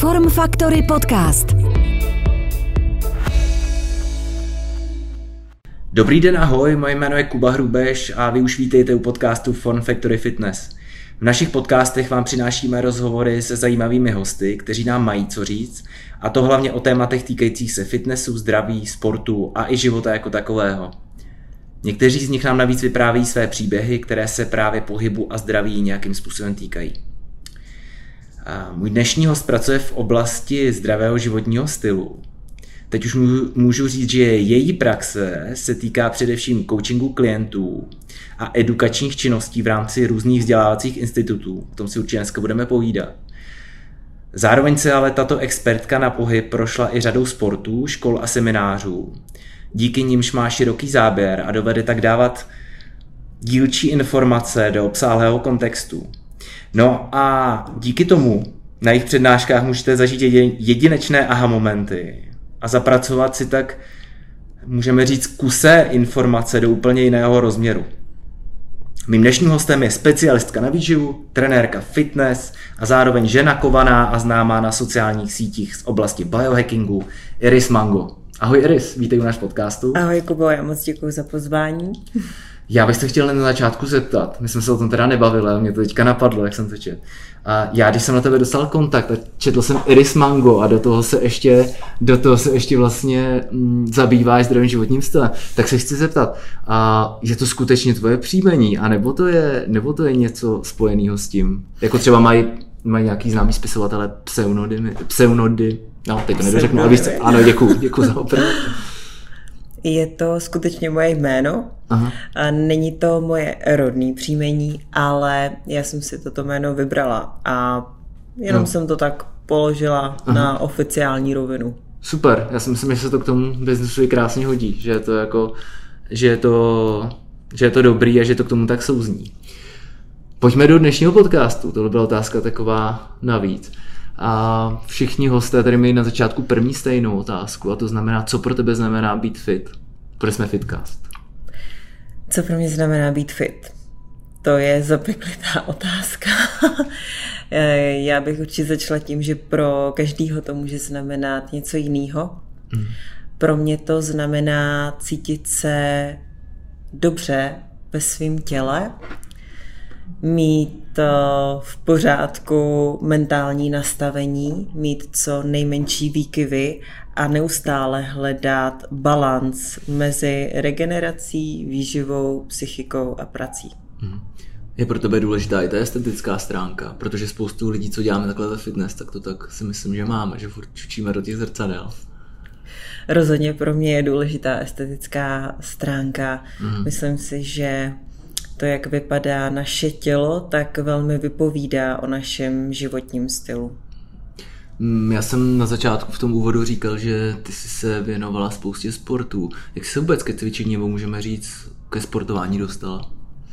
Form Factory Podcast. Dobrý den, ahoj, moje jméno je Kuba Hrubeš a vy už vítejte u podcastu Form Factory Fitness. V našich podcastech vám přinášíme rozhovory se zajímavými hosty, kteří nám mají co říct, a to hlavně o tématech týkajících se fitnessu, zdraví, sportu a i života jako takového. Někteří z nich nám navíc vypráví své příběhy, které se právě pohybu a zdraví nějakým způsobem týkají. Můj dnešní host pracuje v oblasti zdravého životního stylu. Teď už můžu říct, že její praxe se týká především coachingu klientů a edukačních činností v rámci různých vzdělávacích institutů. O tom si určitě dneska budeme povídat. Zároveň se ale tato expertka na pohyb prošla i řadou sportů, škol a seminářů. Díky nimž má široký záběr a dovede tak dávat dílčí informace do obsáhlého kontextu. No a díky tomu na jejich přednáškách můžete zažít jedinečné aha momenty a zapracovat si tak, můžeme říct, kusé informace do úplně jiného rozměru. Mým dnešním hostem je specialistka na výživu, trenérka fitness a zároveň žena kovaná a známá na sociálních sítích z oblasti biohackingu, Iris Mango. Ahoj Iris, vítej u náš podcastu. Ahoj Kubo, já moc děkuji za pozvání. Já bych se chtěl na začátku zeptat, my jsme se o tom teda nebavili, ale mě to teďka napadlo, jak jsem to četl. A já, když jsem na tebe dostal kontakt a četl jsem Iris Mango a do toho se ještě vlastně zabýváš zdravým životním stylem, tak se chci zeptat, a je to skutečně tvoje příjmení, anebo to je něco spojeného s tím? Jako třeba mají nějaký známý spisovatelé pseudonymy, no teď to nedořeknu, ale víš co? Ano, děkuju za opravu. Je to skutečně moje jméno. Aha. A není to moje rodné příjmení, ale já jsem si toto jméno vybrala a jenom jsem to tak položila na oficiální rovinu. Super, já si myslím, že se to k tomu biznesu krásně hodí, že je to dobrý a že to k tomu tak souzní. Pojďme do dnešního podcastu, tohle byla otázka taková navíc. A všichni hosté tady mají na začátku první stejnou otázku, a to znamená, co pro tebe znamená být fit? Protože jsme Fitcast. Co pro mě znamená být fit? To je zapeklitá otázka. Já bych určitě začala tím, že pro každýho to může znamenat něco jiného. Pro mě to znamená cítit se dobře ve svém těle, mít v pořádku mentální nastavení, mít co nejmenší výkyvy a neustále hledat balanc mezi regenerací, výživou, psychikou a prací. Je pro tebe důležitá i ta estetická stránka, protože spoustu lidí, co děláme takhle ve fitness, tak to tak si myslím, že máme, že furt čučíme do těch zrcadel. Rozhodně pro mě je důležitá estetická stránka. Myslím si, že to, jak vypadá naše tělo, tak velmi vypovídá o našem životním stylu. Já jsem na začátku v tom úvodu říkal, že ty jsi se věnovala spoustě sportů. Jak jsi se vůbec ke cvičení, nebo můžeme říct, ke sportování dostala?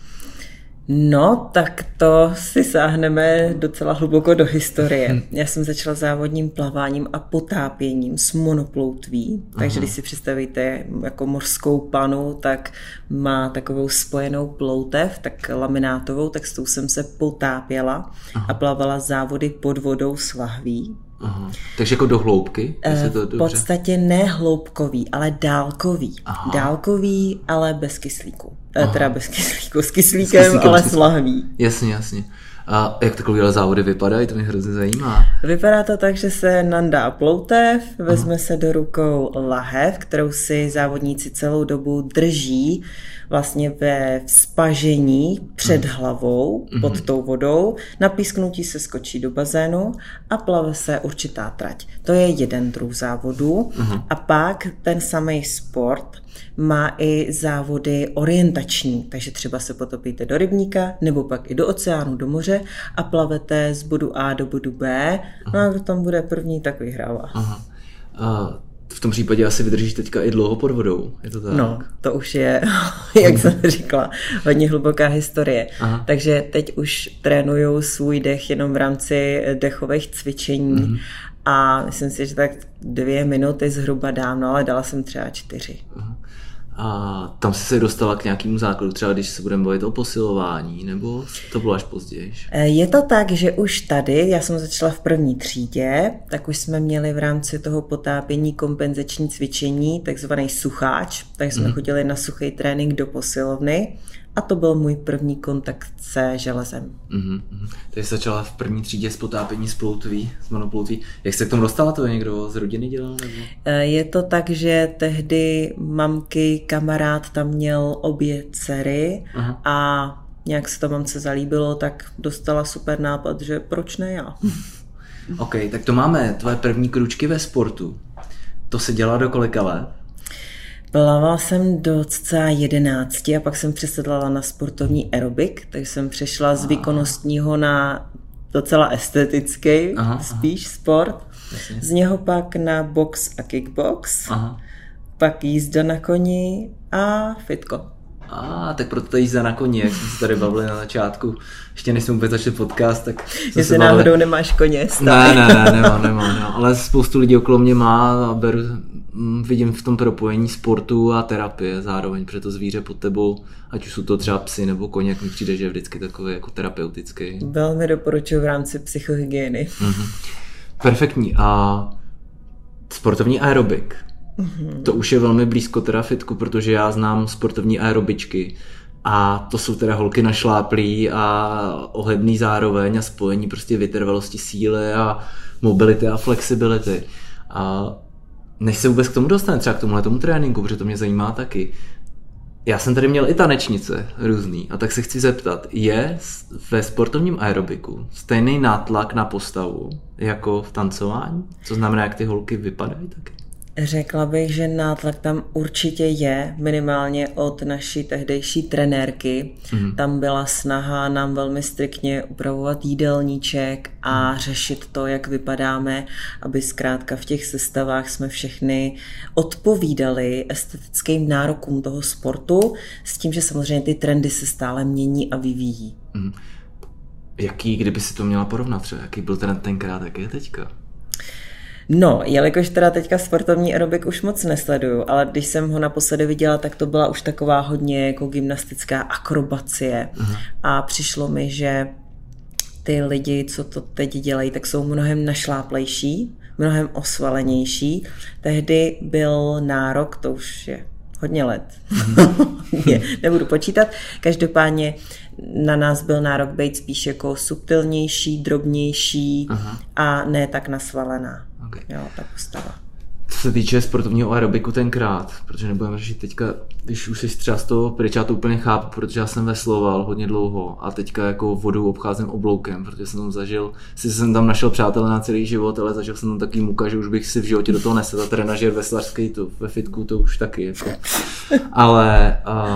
No, tak to si sáhneme docela hluboko do historie. Já jsem začala závodním plaváním a potápěním s monoploutví. Takže když si představíte jako mořskou panu, tak má takovou spojenou ploutev, tak laminátovou, tak s tou jsem se potápěla a plavala závody pod vodou s lahví. Takže jako do hloubky? V podstatě ne hloubkový, ale dálkový. Dálkový, ale bez kyslíku. Teda bez kyslíku, s kyslíkem, ale s lahví. Jasně. A jak takové závody vypadají? To mě hrozně zajímá. Vypadá to tak, že se nandá ploutev, vezme se do rukou lahev, kterou si závodníci celou dobu drží vlastně ve vzpažení před hlavou pod tou vodou. Na písknutí se skočí do bazénu a plave se určitá trať. To je jeden druh závodů. A pak ten samý sport má i závody orientační, takže třeba se potopíte do rybníka nebo pak i do oceánu, do moře a plavete z bodu A do bodu B. No a kdo tam bude první, tak vyhrává. V tom případě asi vydržíš teďka i dlouho pod vodou, je to tak? No, to už je, jak jsem říkala, hodně hluboká historie. Takže teď už trénuju svůj dech jenom v rámci dechových cvičení a myslím si, že tak 2 minuty zhruba dám, no ale dala jsem třeba 4. A tam jsi se dostala k nějakému základu, třeba když se budeme bavit o posilování, nebo to bylo až později? Je to tak, že už tady, já jsem začala v 1. třídě, tak už jsme měli v rámci toho potápění kompenzační cvičení, takzvaný sucháč, tak jsme chodili na suchý trénink do posilovny a to byl můj první kontakt se železem. Takže jsi začala v 1. třídě s potápění z ploutví, z monoploutví. Jak jste k tomu dostala? To je někdo z rodiny dělal? Nebo? Je to tak, že tehdy mamky, kamarád tam měl obě dcery a nějak se to mamce zalíbilo, tak dostala super nápad, že proč ne já? OK, tak to máme tvoje první kručky ve sportu. To se dělá do kolika let? Plavala jsem do cca 11 a pak jsem přesedlala na sportovní aerobik, takže jsem přešla z výkonnostního na docela estetický, spíš sport. Jasně. Z něho pak na box a kickbox, pak jízda na koni a fitko. Tak proto ta jízda na koni, jak jsme se tady bavili na začátku, ještě než jsme vůbec začali podcast, tak jestli náhodou nemáš koně, nemám, ale spoustu lidí okolo mě má a vidím v tom propojení sportu a terapie zároveň, protože to zvíře pod tebou, ať už jsou to třeba psy nebo koně, jak mi přijde, že je vždycky takový jako terapeutický. Velmi doporučuji v rámci psychohygieny. Perfektní. A sportovní aerobik. To už je velmi blízko teda fitku, protože já znám sportovní aerobičky a to jsou teda holky našláplý a ohebný zároveň a spojení prostě vytrvalosti, síly a mobility a flexibility. A než se vůbec k tomu dostane, třeba k tomuhle tomu tréninku, protože to mě zajímá taky. Já jsem tady měl i tanečnice různý a tak se chci zeptat, je ve sportovním aerobiku stejný nátlak na postavu jako v tancování? Co znamená, jak ty holky vypadají taky? Řekla bych, že nátlak tam určitě je, minimálně od naší tehdejší trenérky. Tam byla snaha nám velmi striktně upravovat jídelníček a řešit to, jak vypadáme, aby zkrátka v těch sestavách jsme všechny odpovídali estetickým nárokům toho sportu, s tím, že samozřejmě ty trendy se stále mění a vyvíjí. Kdyby si to měla porovnat třeba, jaký byl tenkrát, jaký je teďka? No, jelikož teda teďka sportovní aerobik už moc nesleduju, ale když jsem ho naposledy viděla, tak to byla už taková hodně jako gymnastická akrobacie. A přišlo mi, že ty lidi, co to teď dělají, tak jsou mnohem našláplejší, mnohem osvalenější. Tehdy byl nárok, to už je hodně let, nebudu počítat, každopádně na nás byl nárok být spíš jako subtilnější, drobnější a ne tak nasvalená. Okay. Jo, ta postava. Co se týče sportovního aerobiku tenkrát, protože nebudeme řešit teďka, když už jsi třeba z toho pryč, já to úplně chápu, protože já jsem vesloval hodně dlouho a teďka jako vodu obcházím obloukem, protože jsem tam zažil, jsem tam našel přátelé na celý život, ale zažil jsem tam takový muka, že už bych si v životě do toho nesl a trenažer veslařský, to ve fitku to už taky jako. Ale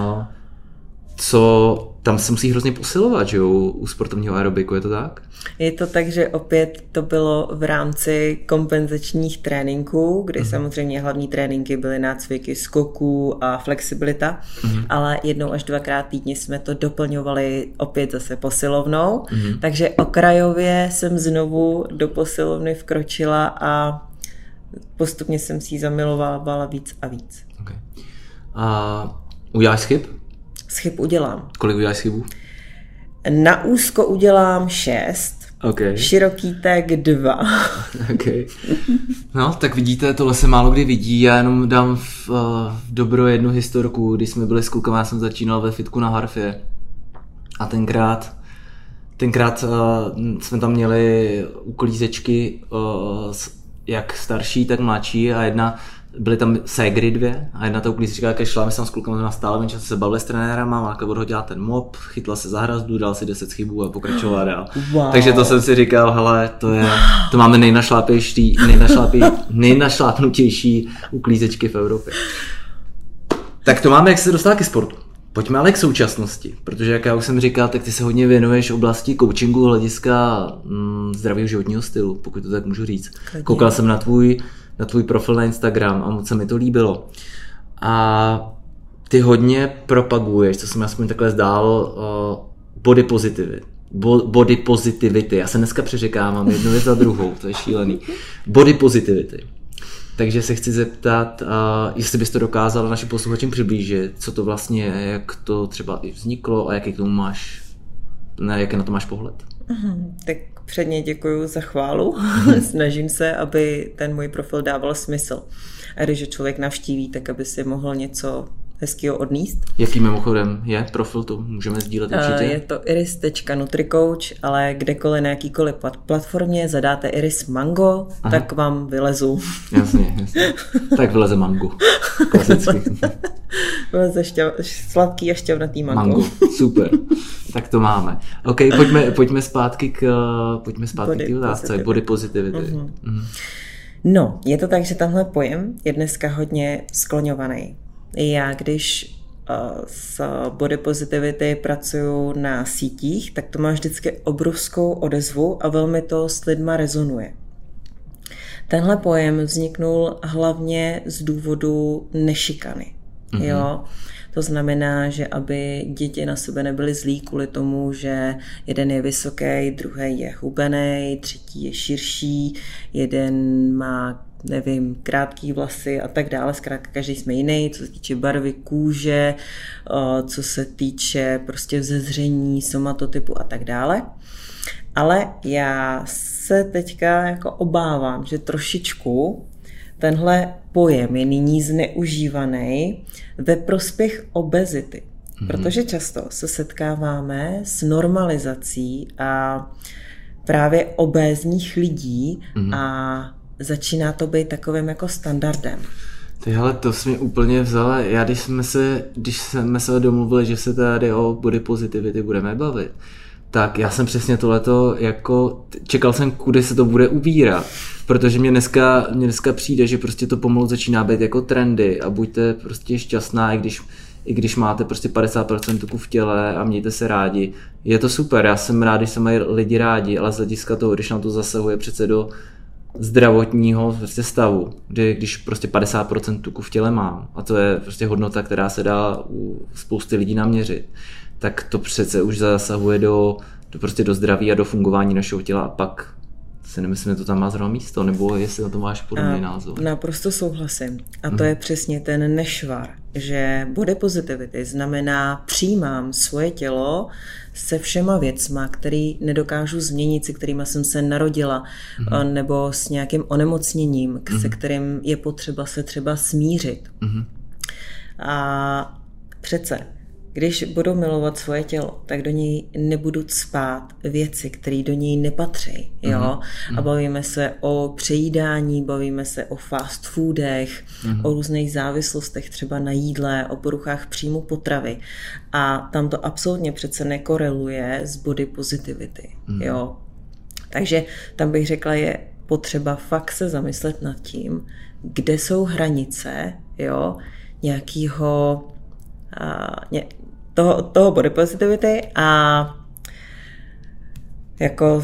co tam se musí hrozně posilovat, že jo, u sportovního aerobiku, je to tak? Je to tak, že opět to bylo v rámci kompenzačních tréninků, kdy samozřejmě hlavní tréninky byly nácviky skoků a flexibilita, ale 1 až 2krát týdně jsme to doplňovali opět zase posilovnou, takže okrajově jsem znovu do posilovny vkročila a postupně jsem si ji zamilovala víc a víc. Okay. A uděláš chyb? Z chyb udělám. Kolik uděláš chybů? Na úzko udělám 6, široký tak 2. Okay. No, tak vidíte, tohle se málo kdy vidí. Já jenom dám v dobro jednu historku, když jsme byli s klukama, já jsem začínal ve fitku na harfě. A tenkrát jsme tam měli uklízečky jak starší, tak mladší a byly tam ségry 2 a jedna ta uklízečka, jaké šla, my jsme s klukama nastále, ven čas se bavili s trenérama, máka odhodila ten mop, chytla se za hrazdu, dal si 10 chybů a pokračovala dál. Wow. Takže to jsem si říkal, hele, to máme nejnašlápnutější uklízečky v Evropě. Tak to máme, jak se dostala ke sportu. Pojďme ale k současnosti, protože jak já už jsem říkal, tak ty se hodně věnuješ oblasti coachingu hlediska zdravého životního stylu, pokud to tak můžu říct. Koukal jsem na tvůj profil na Instagram a moc se mi to líbilo. A ty hodně propaguješ, co se mi aspoň takhle zdálo, body positivity. Já se dneska přeřekávám jednu věc za druhou, to je šílený. Body positivity. Takže se chci zeptat, jestli bys to dokázal našim posluchačům přiblížit, co to vlastně je, jak to třeba i vzniklo a jaký na to máš pohled. Tak předně děkuju za chválu. Snažím se, aby ten můj profil dával smysl. A když člověk navštíví, tak aby si mohl něco hezkýho odníst. Jaký mimochodem je profil, to můžeme sdílet určitě? Je to iris.nutricoach, ale kdekoliv na jakýkoliv platformě zadáte Iris Mango, tak vám vylezu. Jasně. Tak vyleze mango. Klasicky. Vyleze sladký a šťavnatý mango. Super. Tak to máme. OK, pojďme zpátky k té otázce, body positivity. No, je to tak, že tenhle pojem je dneska hodně skloňovaný. Já když s body positivity pracuju na sítích, tak to má vždycky obrovskou odezvu a velmi to s lidma rezonuje. Tenhle pojem vzniknul hlavně z důvodu nešikany. Jo? To znamená, že aby děti na sebe nebyly zlí kvůli tomu, že jeden je vysoký, druhý je hubený, třetí je širší, jeden má krátký vlasy a tak dále, zkrátka každý jsme jiný, co se týče barvy kůže, co se týče prostě vzezření, somatotypu a tak dále. Ale já se teďka jako obávám, že trošičku tenhle pojem je nyní zneužívaný ve prospěch obezity. Protože často se setkáváme s normalizací a právě obézních lidí a začíná to být takovým jako standardem. Hele, to jsi mě úplně vzala. Já když jsme se domluvili, že se tady o body positivity budeme bavit, tak já jsem přesně tohleto jako čekal jsem, kudy se to bude ubírat, protože mě dneska přijde, že prostě to pomalu začíná být jako trendy a buďte prostě šťastná, i když máte prostě 50% tuku v těle a mějte se rádi. Je to super, já jsem rád, když se mají lidi rádi, ale z hlediska toho, když nám to zasahuje přece do zdravotního prostě stavu, když prostě 50% tuku v těle mám a to je prostě hodnota, která se dá u spousty lidí naměřit, tak to přece už zasahuje do zdraví a do fungování našeho těla a pak si nemyslím, že to tam má zrovna místo, nebo jestli na to máš podobný názor. Naprosto souhlasím. A to je přesně ten nešvar, že body positivity znamená přijímám svoje tělo se všema věcma, který nedokážu změnit, se kterýma jsem se narodila, nebo s nějakým onemocněním, se kterým je potřeba se třeba smířit. A přece když budu milovat svoje tělo, tak do něj nebudu cpát věci, které do něj nepatří. Jo? A bavíme se o přejídání, bavíme se o fast foodech, o různých závislostech, třeba na jídle, o poruchách příjmu potravy. A tam to absolutně přece nekoreluje s body positivity. Jo? Takže tam bych řekla, je potřeba fakt se zamyslet nad tím, kde jsou hranice, jo, nějakého toho body positivity a jako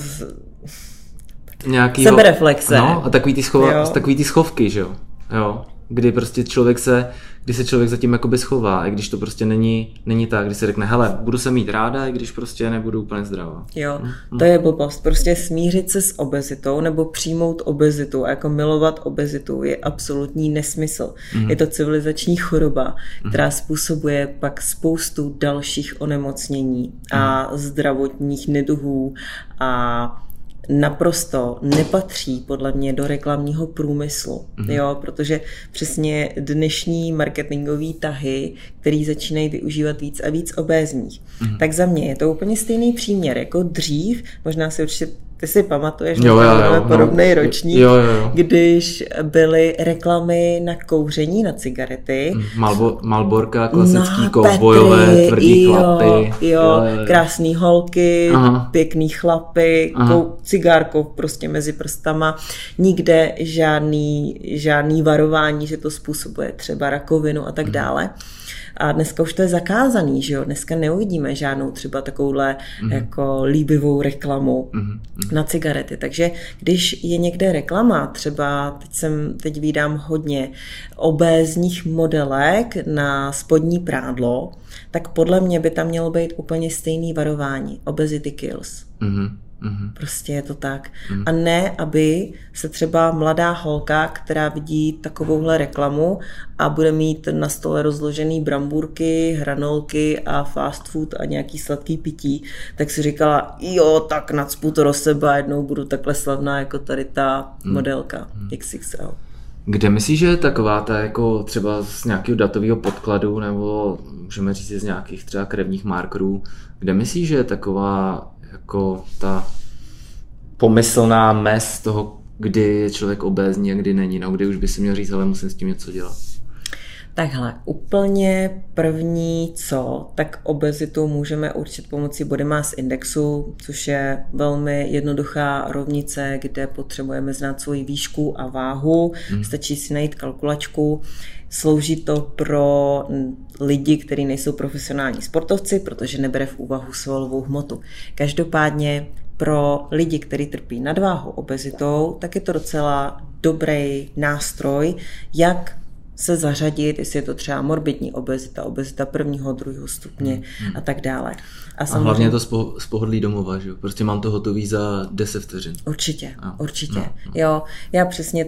sebereflexe. No, a takový ty schovky, že jo. Kdy prostě člověk se zatím jakoby schová, i když to prostě není tak, když se řekne, hele, budu se mít ráda, i když prostě nebudu úplně zdravá. Jo, to je blbost. Prostě smířit se s obezitou nebo přijmout obezitu a jako milovat obezitu je absolutní nesmysl. Je to civilizační choroba, která způsobuje pak spoustu dalších onemocnění a zdravotních neduhů a naprosto nepatří podle mě do reklamního průmyslu, jo, protože přesně dnešní marketingové tahy, který začínají využívat víc a víc obézních. Tak za mě je to úplně stejný příměr, jako dřív, možná si určitě ty si pamatuješ, že máme podobný ročník, když byly reklamy na kouření, na cigarety. Malborka, klasický kovbojové, tvrdý chlapy. Jo, krásný holky, pěkný chlapy, cigárkou prostě mezi prstama. Nikde žádný varování, že to způsobuje třeba rakovinu a tak dále. A dneska už to je zakázaný, že jo? Dneska neuvidíme žádnou třeba takovouhle jako líbivou reklamu na cigarety. Takže když je někde reklama, třeba teď vídám hodně obézních modelek na spodní prádlo, tak podle mě by tam mělo být úplně stejný varování. Obesity kills. Prostě je to tak. A ne, aby se třeba mladá holka, která vidí takovouhle reklamu a bude mít na stole rozložený brambůrky, hranolky a fast food a nějaký sladký pití, tak si říkala, jo, tak nacpu to do sebe a jednou budu takhle slavná jako tady ta modelka XXL. Kde myslíš, že je taková ta jako třeba z nějakého datového podkladu nebo můžeme říct z nějakých třeba krevních markerů, kde myslíš, že je taková jako ta pomyslná mez toho, kdy je člověk obézní a kdy není, no, kdy už by si měl říct, ale musím s tím něco dělat? Takhle, úplně první tak obezitu můžeme určit pomocí body mass indexu, což je velmi jednoduchá rovnice, kde potřebujeme znát svoji výšku a váhu, stačí si najít kalkulačku. Slouží to pro lidi, kteří nejsou profesionální sportovci, protože nebere v úvahu svalovou hmotu. Každopádně pro lidi, kteří trpí nadváhou, obezitou, tak je to docela dobrý nástroj, jak se zařadit, jestli je to třeba morbidní obezita prvního, druhého stupně a tak dále. A hlavně je to z pohodlí domova, že jo? Prostě mám to hotový za 10 vteřin. Určitě. Jo, já přesně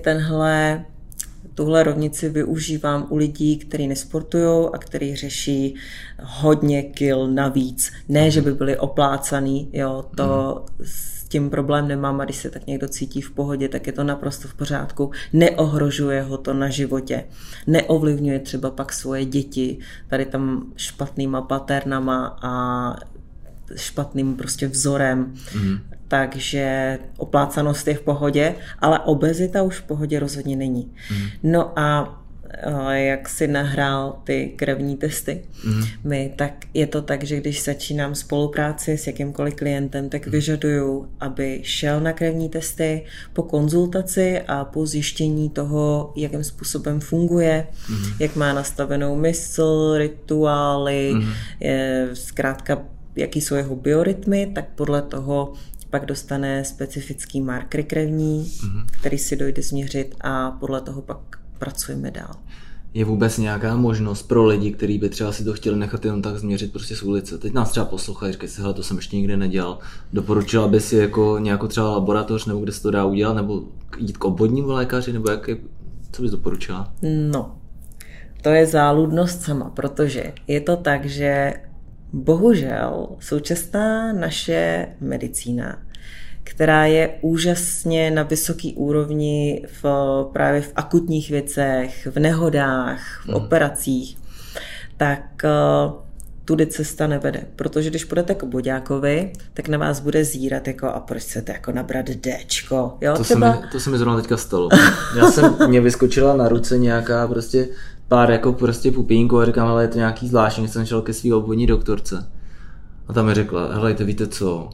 tuhle rovnici využívám u lidí, kteří nesportují a kteří řeší hodně kil navíc. Ne, že by byli oplácaný, jo, to s tím problém nemám a když se tak někdo cítí v pohodě, tak je to naprosto v pořádku. Neohrožuje ho to na životě. Neovlivňuje třeba pak svoje děti tady tam špatnýma paternama a špatným prostě vzorem. Takže oplácanost je v pohodě, ale obezita už v pohodě rozhodně není. No a jak si nahrál ty krevní testy, tak je to tak, že když začínám spolupráci s jakýmkoliv klientem, tak vyžaduju, aby šel na krevní testy po konzultaci a po zjištění toho, jakým způsobem funguje, jak má nastavenou mysl, rituály, zkrátka, jaký jsou jeho biorytmy, tak podle toho pak dostane specifický marker krevní, který si dojde změřit a podle toho pak pracujeme dál. Je vůbec nějaká možnost pro lidi, kteří by třeba si to chtěli nechat jenom tak změřit prostě z ulice? Teď nás třeba poslouchají, říkají si, hele, to jsem ještě nikdy nedělal. Doporučila by si jako nějakou třeba laboratoř, nebo kde se to dá udělat, nebo jít k obvodnímu lékaři, nebo co bys doporučila? No, to je záludnost sama, protože je to tak, že bohužel současná naše medicína, která je úžasně na vysoký úrovni právě v akutních věcech, v nehodách, v operacích, tak tudy cesta nevede. Protože když půjdete k boďákovi, tak na vás bude zírat jako a proč chcete jako nabrat Dčko. Jo, to se mi zrovna teďka stalo. Mě vyskočila na ruce nějaká prostě pár jako prostě pupínku a říkám, ale je to nějaký zvláštní, jsem šel ke svý obvodní doktorce. A tam mi řekla, helejte, víte co,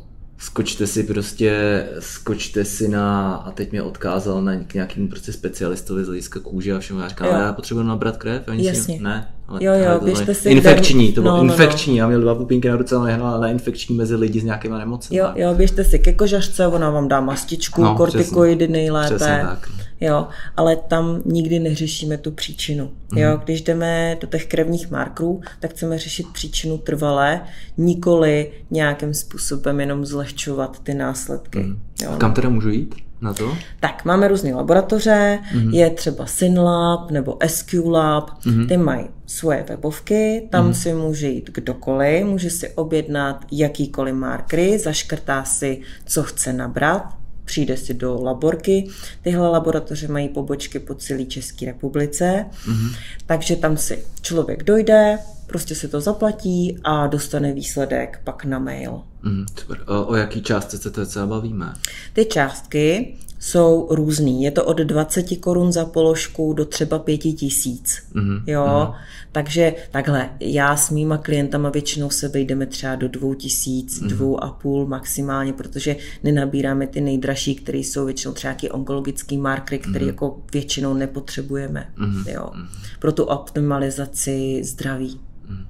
skočte si na, a teď mě odkázal k nějakému prostě specialistovi z hlediska kůže a všemu. Já říkám, ale já potřebuji nabrat krev. Jasně. Ne, ale jo, běžte si infekční, to bylo infekční. Já měl 2 pupínky na ruce, ale hnala na infekční mezi lidi s nějakýma nemocemi. Jo, běžte si ke kožařce, ona vám dá mastičku, kortikoidy nejlépe. Přesně tak. Jo, ale tam nikdy neřešíme tu příčinu. Jo, když jdeme do těch krevních markerů, tak chceme řešit příčinu trvalé, nikoli nějakým způsobem jenom zlehčovat ty následky. Jo. A kam teda můžu jít na to? Tak, máme různé laboratoře, je třeba SynLab nebo SQLab, ty mají svoje webovky, tam si může jít kdokoliv, může si objednat jakýkoliv markery, zaškrtá si, co chce nabrat, přijde si do laborky. Tyhle laboratoře mají pobočky po celé České republice, takže tam si člověk dojde, prostě si to zaplatí a dostane výsledek pak na mail. Super. O jaký částce se třeba bavíme? Ty částky jsou různý. Je to od 20 korun za položku do třeba 5 000. Jo, takže takhle, já s mýma klientama většinou se vejdeme třeba do 2 000, 2,5 maximálně, protože nenabíráme ty nejdražší, které jsou většinou třeba nějaký onkologický markery, který jako většinou nepotřebujeme. Jo, pro tu optimalizaci zdraví.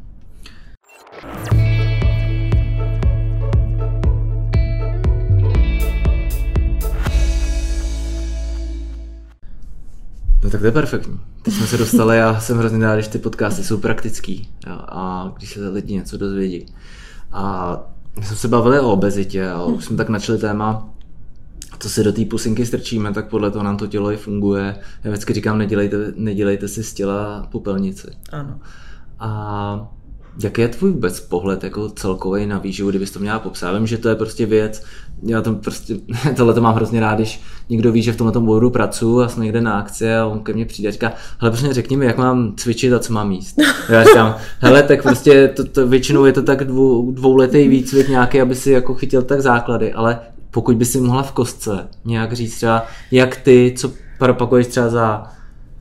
No tak to je perfektní. Teď jsme se dostali, já jsem hrozně rád, když ty podcasty jsou praktický, jo, a když se lidi něco dozvědí. A My jsme se bavili o obezitě a už jsme tak načali téma, co si do té pusinky strčíme, tak podle toho nám to tělo i funguje. Já vždycky říkám, nedělejte si z těla popelnici. Ano. A jaký je tvůj vůbec pohled jako celkový na výživu, kdybys to měla popsat? Já vím, že to je prostě věc, já tam prostě, tohle to mám hrozně rád, když někdo ví, že v tomhle bodu pracuji a jsem někde na akci a on ke mně přijde a říká, hele, prostě řekni mi, jak mám cvičit a co mám jíst. Já říkám, hele, tak prostě to většinou je to tak dvouletý výcvik nějaký, aby si jako chytil tak základy, ale pokud by si mohla v kostce nějak říct třeba, jak ty, co propaguješ třeba za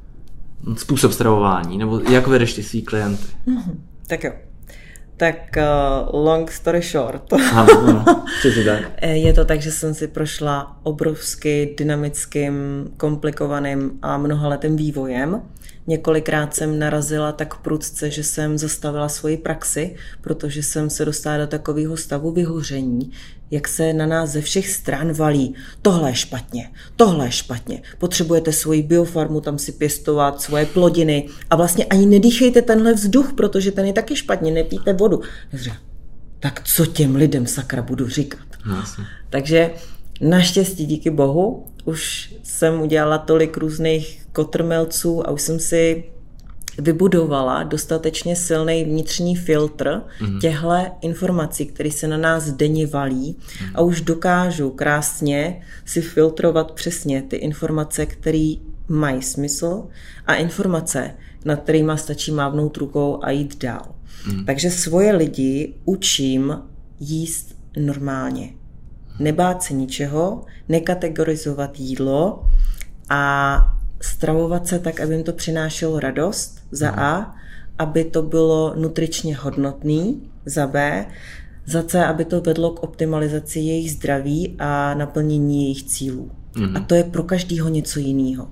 způsob stravování, nebo jak vedeš ty svý klienty? Tak jo. Tak long story short. Ano, přesně tak. Je to tak, že jsem si prošla obrovsky dynamickým, komplikovaným a mnohaletým vývojem. Několikrát jsem narazila tak prudce, že jsem zastavila svoji praxi, protože jsem se dostala do takového stavu vyhoření, jak se na nás ze všech stran valí. Tohle je špatně, potřebujete svoji biofarmu tam si pěstovat, svoje plodiny a vlastně ani nedýchejte tenhle vzduch, protože ten je taky špatně, nepijte vodu. Tak co těm lidem sakra budu říkat? Jasně. Takže naštěstí díky bohu už jsem udělala tolik různých kotrmelců a už jsem si vybudovala dostatečně silný vnitřní filtr těchto informací, které se na nás denně valí a už dokážu krásně si filtrovat přesně ty informace, které mají smysl a informace, nad kterýma stačí mávnout rukou a jít dál. Takže svoje lidi učím jíst normálně. Nebát se ničeho, nekategorizovat jídlo a stravovat se tak, aby jim to přinášelo radost, za A, aby to bylo nutričně hodnotný, za B, za C, aby to vedlo k optimalizaci jejich zdraví a naplnění jejich cílů. A to je pro každého něco jiného.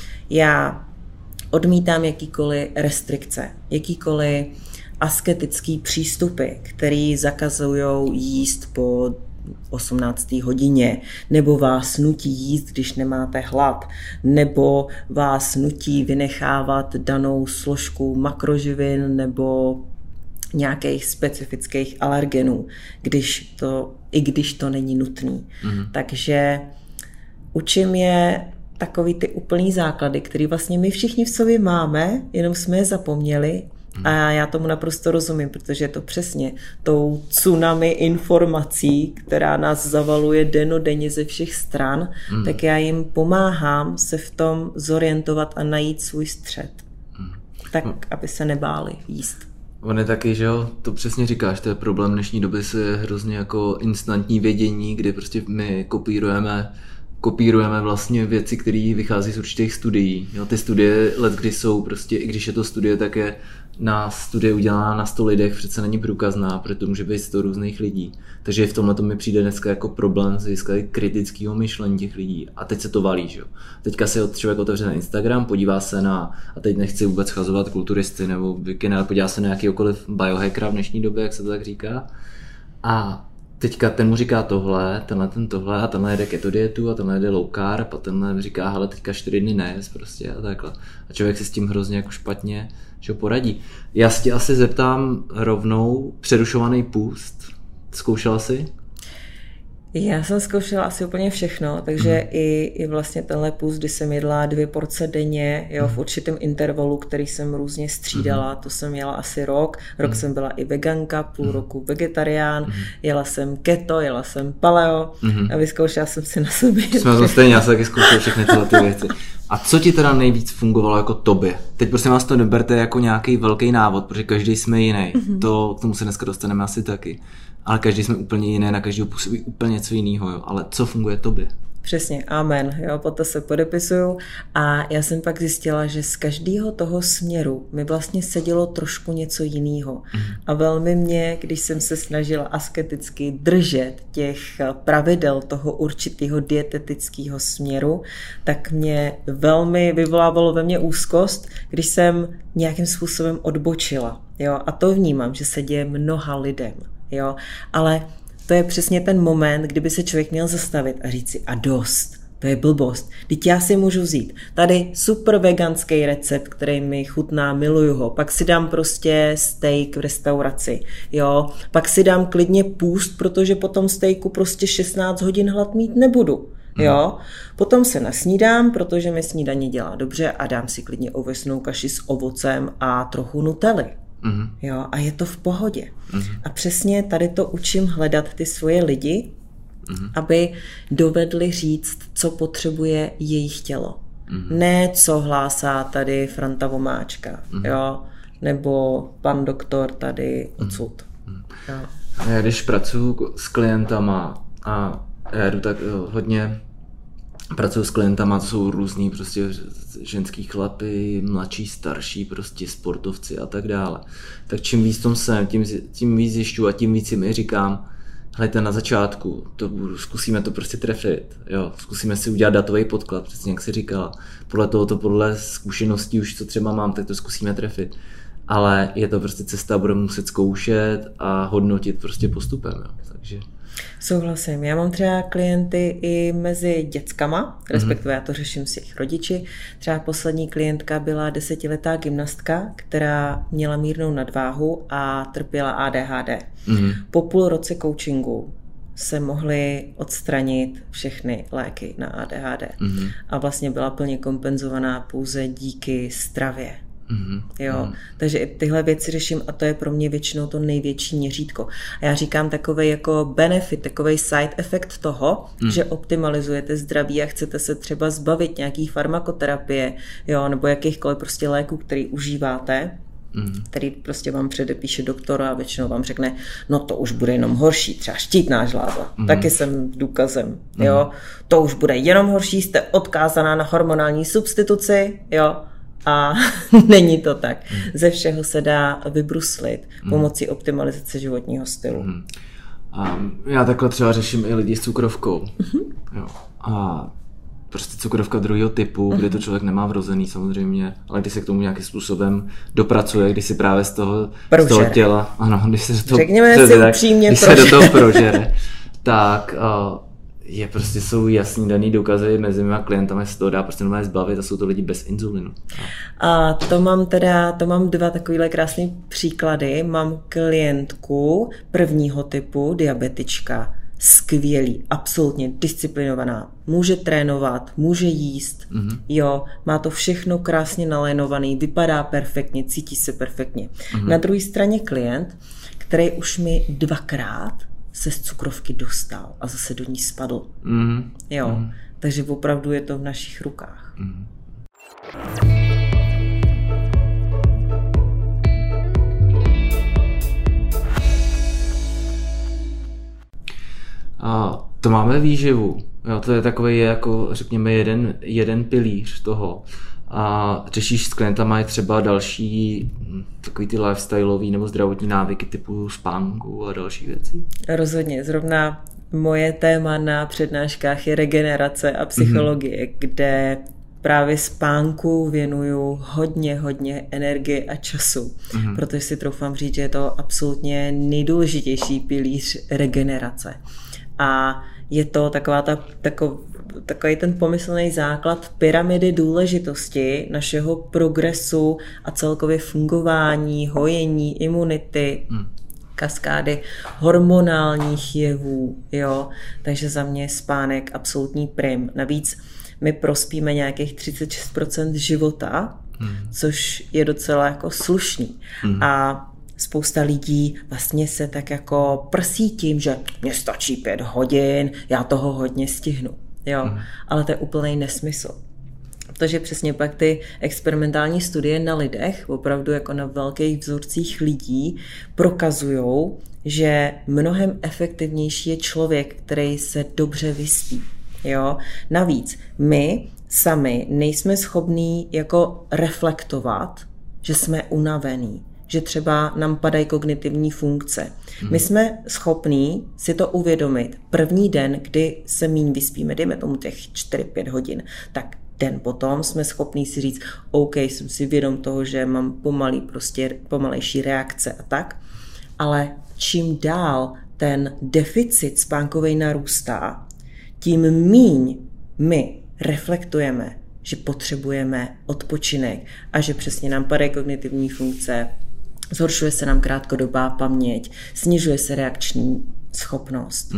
Já odmítám jakýkoliv restrikce, jakýkoliv asketický přístupy, který zakazují jíst po 18. hodině, nebo vás nutí jíst, když nemáte hlad, nebo vás nutí vynechávat danou složku makroživin nebo nějakých specifických alergenů, i když to není nutný. Takže učím je takový ty úplný základy, který vlastně my všichni v sobě máme, jenom jsme je zapomněli. A já tomu naprosto rozumím, protože je to přesně tou tsunami informací, která nás zavaluje dennodenně ze všech stran, tak já jim pomáhám se v tom zorientovat a najít svůj střed. Tak, aby se nebáli jíst. On je taky, že jo, to přesně říkáš, to je problém dnešní doby, je hrozně jako instantní vědění, kdy prostě my kopírujeme vlastně věci, které vychází z určitých studií. Jo, ty studie letkdy jsou prostě, i když je to studie, tak je na studie udělaná na 100 lidech, přece není průkazná, protože může být 100 různých lidí. Takže v tomhle to mi přijde dneska jako problém z hlediska kritického myšlení těch lidí. A teď se to valí, že jo. Teďka se člověk otevře na Instagram, podívá se na, a teď nechci vůbec schazovat kulturisty nebo bikiny, ale podívá se na jakýkoliv biohackera v dnešní době, jak se to tak říká. A teďka ten mu říká tohle a tenhle jede keto dietu a tenhle jede low carb a tenhle říká, hele, teďka 4 dny nejes prostě a takhle. A člověk si s tím hrozně jako špatně poradí. Já si tě asi zeptám rovnou, přerušovaný půst, zkoušela jsi? Já jsem zkoušela asi úplně všechno, takže i vlastně tenhle půst, kdy jsem jedla 2 porce denně, jo, v určitém intervalu, který jsem různě střídala, to jsem jela asi rok jsem byla i veganka, půl roku vegetarián, jela jsem keto, jela jsem paleo a vyzkoušela jsem si na sobě. Jsme to stejně, já jsem taky zkoušela všechny tyhle ty věci. A co ti teda nejvíc fungovalo jako tobě? Teď prostě vás to neberte jako nějaký velký návod, protože každý jsme jiný. K tomu se dneska dostaneme asi taky. Ale každý jsme úplně jiný, na každého působí úplně něco jiného, jo. Ale co funguje tobě? Přesně, amen, jo, po to se podepisuju a já jsem pak zjistila, že z každého toho směru mi vlastně sedělo trošku něco jiného. A velmi mě, když jsem se snažila asketicky držet těch pravidel toho určitého dietetického směru, tak mě velmi vyvolávalo ve mně úzkost, když jsem nějakým způsobem odbočila. Jo, a to vnímám, že se děje mnoha lidem. Jo, ale to je přesně ten moment, kdyby se člověk měl zastavit a říct si a dost, To je blbost. Teď já si můžu vzít tady super veganský recept, který mi chutná, miluju ho. Pak si dám prostě steak v restauraci. Jo? Pak si dám klidně půst, protože po tom steaku prostě 16 hodin hlad mít nebudu. Jo? Potom se nasnídám, protože mi snídaně dělá dobře a dám si klidně ovesnou kaši s ovocem a trochu nutelly. Jo? A je to v pohodě. A přesně tady to učím hledat ty svoje lidi, aby dovedli říct, co potřebuje jejich tělo. Ne, co hlásá tady Franta Vomáčka, jo? Nebo pan doktor tady odsud. Jo. Já když pracuji s klientama a já jdu tak hodně, pracuji s klientama, to jsou různý prostě ženský chlapy, mladší, starší, prostě sportovci a tak dále. Tak čím víc tom jsem, tím víc zjišťuji a tím víc si mi říkám, hledajte na začátku, zkusíme to prostě trefit, jo, zkusíme si udělat datový podklad, přesně jak jsi říkala. Podle zkušeností už, co třeba mám, tak to zkusíme trefit. Ale je to prostě cesta, budeme muset zkoušet a hodnotit prostě postupem, jo, takže... Souhlasím. Já mám třeba klienty i mezi dětskama, respektive já to řeším s jejich rodiči. Třeba poslední klientka byla 10letá gymnastka, která měla mírnou nadváhu a trpěla ADHD. Po půl roce coachingu se mohly odstranit všechny léky na ADHD a vlastně byla plně kompenzovaná pouze díky stravě. Jo, takže i tyhle věci řeším a to je pro mě většinou to největší měřítko. A já říkám takovej jako benefit, takovej side effect toho, že optimalizujete zdraví a chcete se třeba zbavit nějaký farmakoterapie, jo, nebo jakýchkoliv prostě léků, který užíváte, který prostě vám předepíše doktor a většinou vám řekne, no to už bude jenom horší, třeba štítná žláza, taky jsem důkazem, jo, to už bude jenom horší, jste odkázaná na hormonální substituci, jo, a není to tak. Ze všeho se dá vybruslit pomocí optimalizace životního stylu. A já takhle třeba řeším i lidi s cukrovkou. Jo. A prostě cukrovka druhého typu, kdy to člověk nemá vrozený samozřejmě, ale když se k tomu nějakým způsobem dopracuje, když si právě z toho těla, ano, když se do toho, řekněme si upřímně, když se do toho prožere, tak jsou jasný daný důkazy mezi mýma klientami, se to dá prostě normálně zbavit a jsou to lidi bez inzulinu. A to mám dva takovýhle krásné příklady. Mám klientku prvního typu, diabetička, skvělý, absolutně disciplinovaná, může trénovat, může jíst, jo, má to všechno krásně nalénovaný, vypadá perfektně, cítí se perfektně. Na druhé straně klient, který už mi 2krát se z cukrovky dostal a zase do ní spadl. Jo, takže opravdu je to v našich rukách. A to máme výživu. Jo, to je takový jako, řekněme, jeden pilíř toho. A řešíš s klientama i třeba další takový ty lifestyleový nebo zdravotní návyky typu spánku a další věci? Rozhodně. Zrovna moje téma na přednáškách je regenerace a psychologie, kde právě spánku věnuju hodně energie a času, protože si troufám říct, že je to absolutně nejdůležitější pilíř regenerace. A je to takový ten pomyslný základ pyramidy důležitosti našeho progresu a celkově fungování, hojení, imunity, kaskády hormonálních jevů, jo. Takže za mě je spánek absolutní prim. Navíc my prospíme nějakých 36% života, což je docela jako slušný. A spousta lidí vlastně se tak jako prsí tím, že mě stačí 5 hodin, já toho hodně stihnu. Jo, ale to je úplný nesmysl. Protože přesně pak ty experimentální studie na lidech, opravdu jako na velkých vzorcích lidí, prokazujou, že mnohem efektivnější je člověk, který se dobře vyspí. Jo? Navíc my sami nejsme schopní jako reflektovat, že jsme unavení, že třeba nám padají kognitivní funkce. My jsme schopní si to uvědomit první den, kdy se míň vyspíme, dejme tomu těch 4-5 hodin, tak den potom jsme schopní si říct, OK, jsem si vědom toho, že mám pomalejší reakce a tak, ale čím dál ten deficit spánkovej narůstá, tím míň my reflektujeme, že potřebujeme odpočinek a že přesně nám padají kognitivní funkce, zhoršuje se nám krátkodobá paměť, snižuje se reakční schopnost.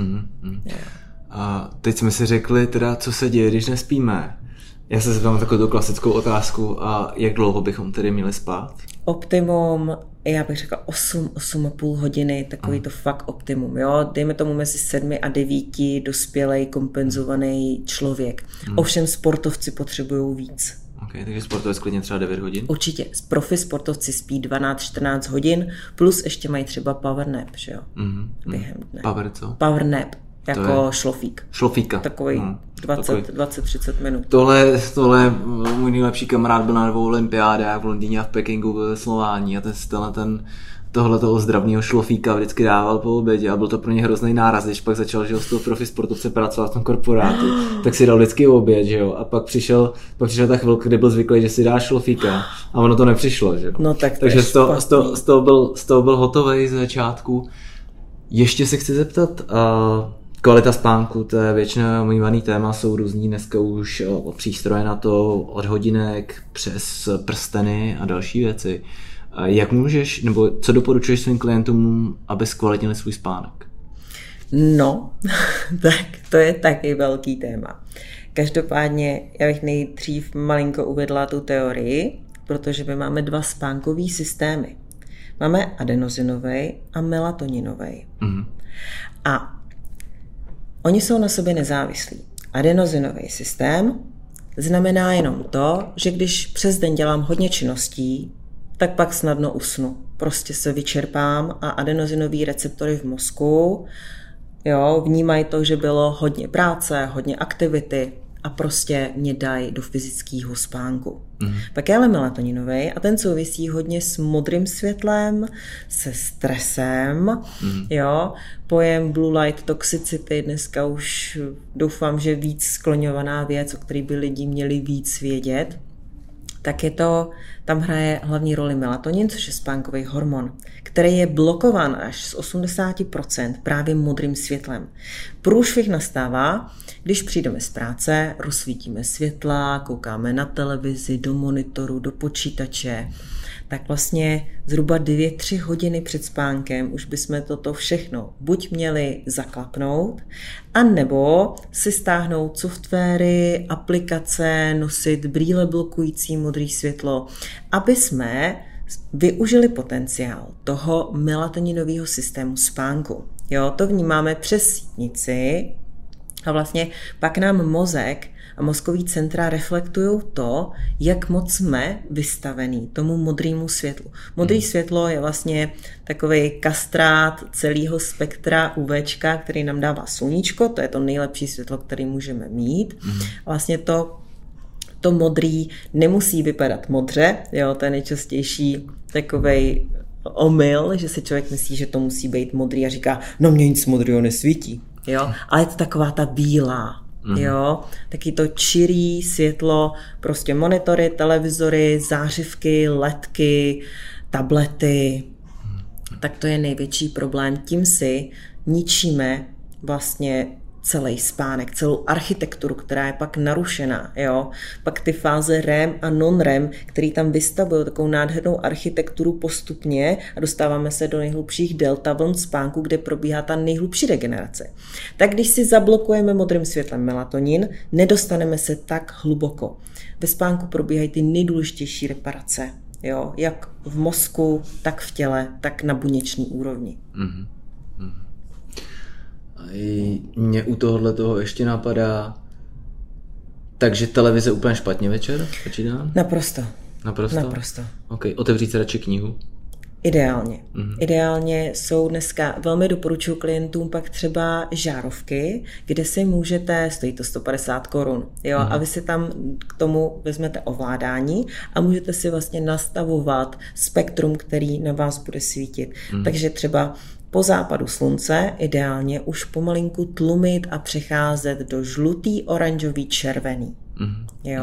A teď jsme si řekli teda, co se děje, když nespíme. Já se zeptám takovou klasickou otázku, a jak dlouho bychom tedy měli spát? Optimum, já bych řekla 8,5 hodiny, takový to fakt optimum, jo. Dejme tomu mezi 7 a 9 dospělej, kompenzovaný člověk. Ovšem sportovci potřebují víc. Okay, takže sportovec klidně třeba 9 hodin? Určitě. Profi sportovci spí 12-14 hodin, plus ještě mají třeba power nap, že jo? Během dne. Power co? Power nap. Jako šlofík. Šlofíka. Takový 20-30 minut. Tohle můj nejlepší kamarád byl na 2 olympiádách v Londýně a v Pekingu ve veslování a tohleto ozdravného šlofíka vždycky dával po obědě a byl to pro ně hrozný náraz, když pak začal, že z toho profi sportovce pracovat v tom korporátu, tak si dal vždycky oběd, že jo, a pak přišel ta chvilka, kdy byl zvyklý, že si dá šlofíka a ono to nepřišlo, že jo. No tak takže z toho byl hotovej z začátku. Ještě se chci zeptat, kvalita spánku, to je většinou omývaný téma, jsou různý dneska už přístroje na to, od hodinek přes prsteny a další věci. Jak můžeš, nebo co doporučuješ svým klientům, aby zkvalitnili svůj spánek? No, tak to je taky velký téma. Každopádně já bych nejdřív malinko uvedla tu teorii, protože my máme 2 spánkové systémy. Máme adenozinový a melatoninový. A oni jsou na sobě nezávislí. Adenozinový systém znamená jenom to, že když přes den dělám hodně činností, tak pak snadno usnu. Prostě se vyčerpám a adenozinový receptory v mozku vnímají to, že bylo hodně práce, hodně aktivity a prostě mě dají do fyzického spánku. Pak je ale melatoninový a ten souvisí hodně s modrým světlem, se stresem, pojem blue light toxicity dneska už doufám, že víc skloňovaná věc, o které by lidi měli víc vědět. Tak tam hraje hlavní roli melatonin, což je spánkový hormon, který je blokován až z 80% právě modrým světlem. Průšvih nastává, když přijdeme z práce, rozsvítíme světla, koukáme na televizi, do monitoru, do počítače, tak vlastně zhruba 2-3 hodiny před spánkem už bychom toto všechno buď měli zaklapnout, anebo si stáhnout softwary, aplikace, nosit brýle blokující modré světlo, aby jsme využili potenciál toho melatoninového systému spánku. To vnímáme přes sítnici a vlastně pak nám mozek a mozkový centra reflektují to, jak moc jsme vystavení tomu modrému světlu. Modré světlo je vlastně takový kastrát celého spektra UVčka, který nám dává sluníčko, to je to nejlepší světlo, které můžeme mít. Vlastně to modrý nemusí vypadat modře, to je nejčastější takovej omyl, že si člověk myslí, že to musí být modrý a říká, no mě nic modrého nesvítí. Ale je to taková ta bílá. Taky to čirý světlo, prostě monitory, televizory, zářivky, ledky, tablety. Tak to je největší problém. Tím si ničíme vlastně celý spánek, celou architekturu, která je pak narušená. Pak ty fáze REM a non-REM, který tam vystavují takovou nádhernou architekturu postupně a dostáváme se do nejhlubších delta vln spánku, kde probíhá ta nejhlubší regenerace. Tak když si zablokujeme modrým světlem melatonin, nedostaneme se tak hluboko. Ve spánku probíhají ty nejdůležitější reparace, jak v mozku, tak v těle, tak na buněční úrovni. Mě u toho ještě napadá, takže televize úplně špatně večer? Počítám? Naprosto. OK, otevřít se radši knihu? Ideálně. Ideálně jsou dneska, velmi doporučuji klientům pak třeba žárovky, kde si můžete, stojí to 150 korun, a vy si tam k tomu vezmete ovládání a můžete si vlastně nastavovat spektrum, který na vás bude svítit. Takže třeba po západu slunce ideálně už pomalinku tlumit a přecházet do žlutý, oranžový, červený.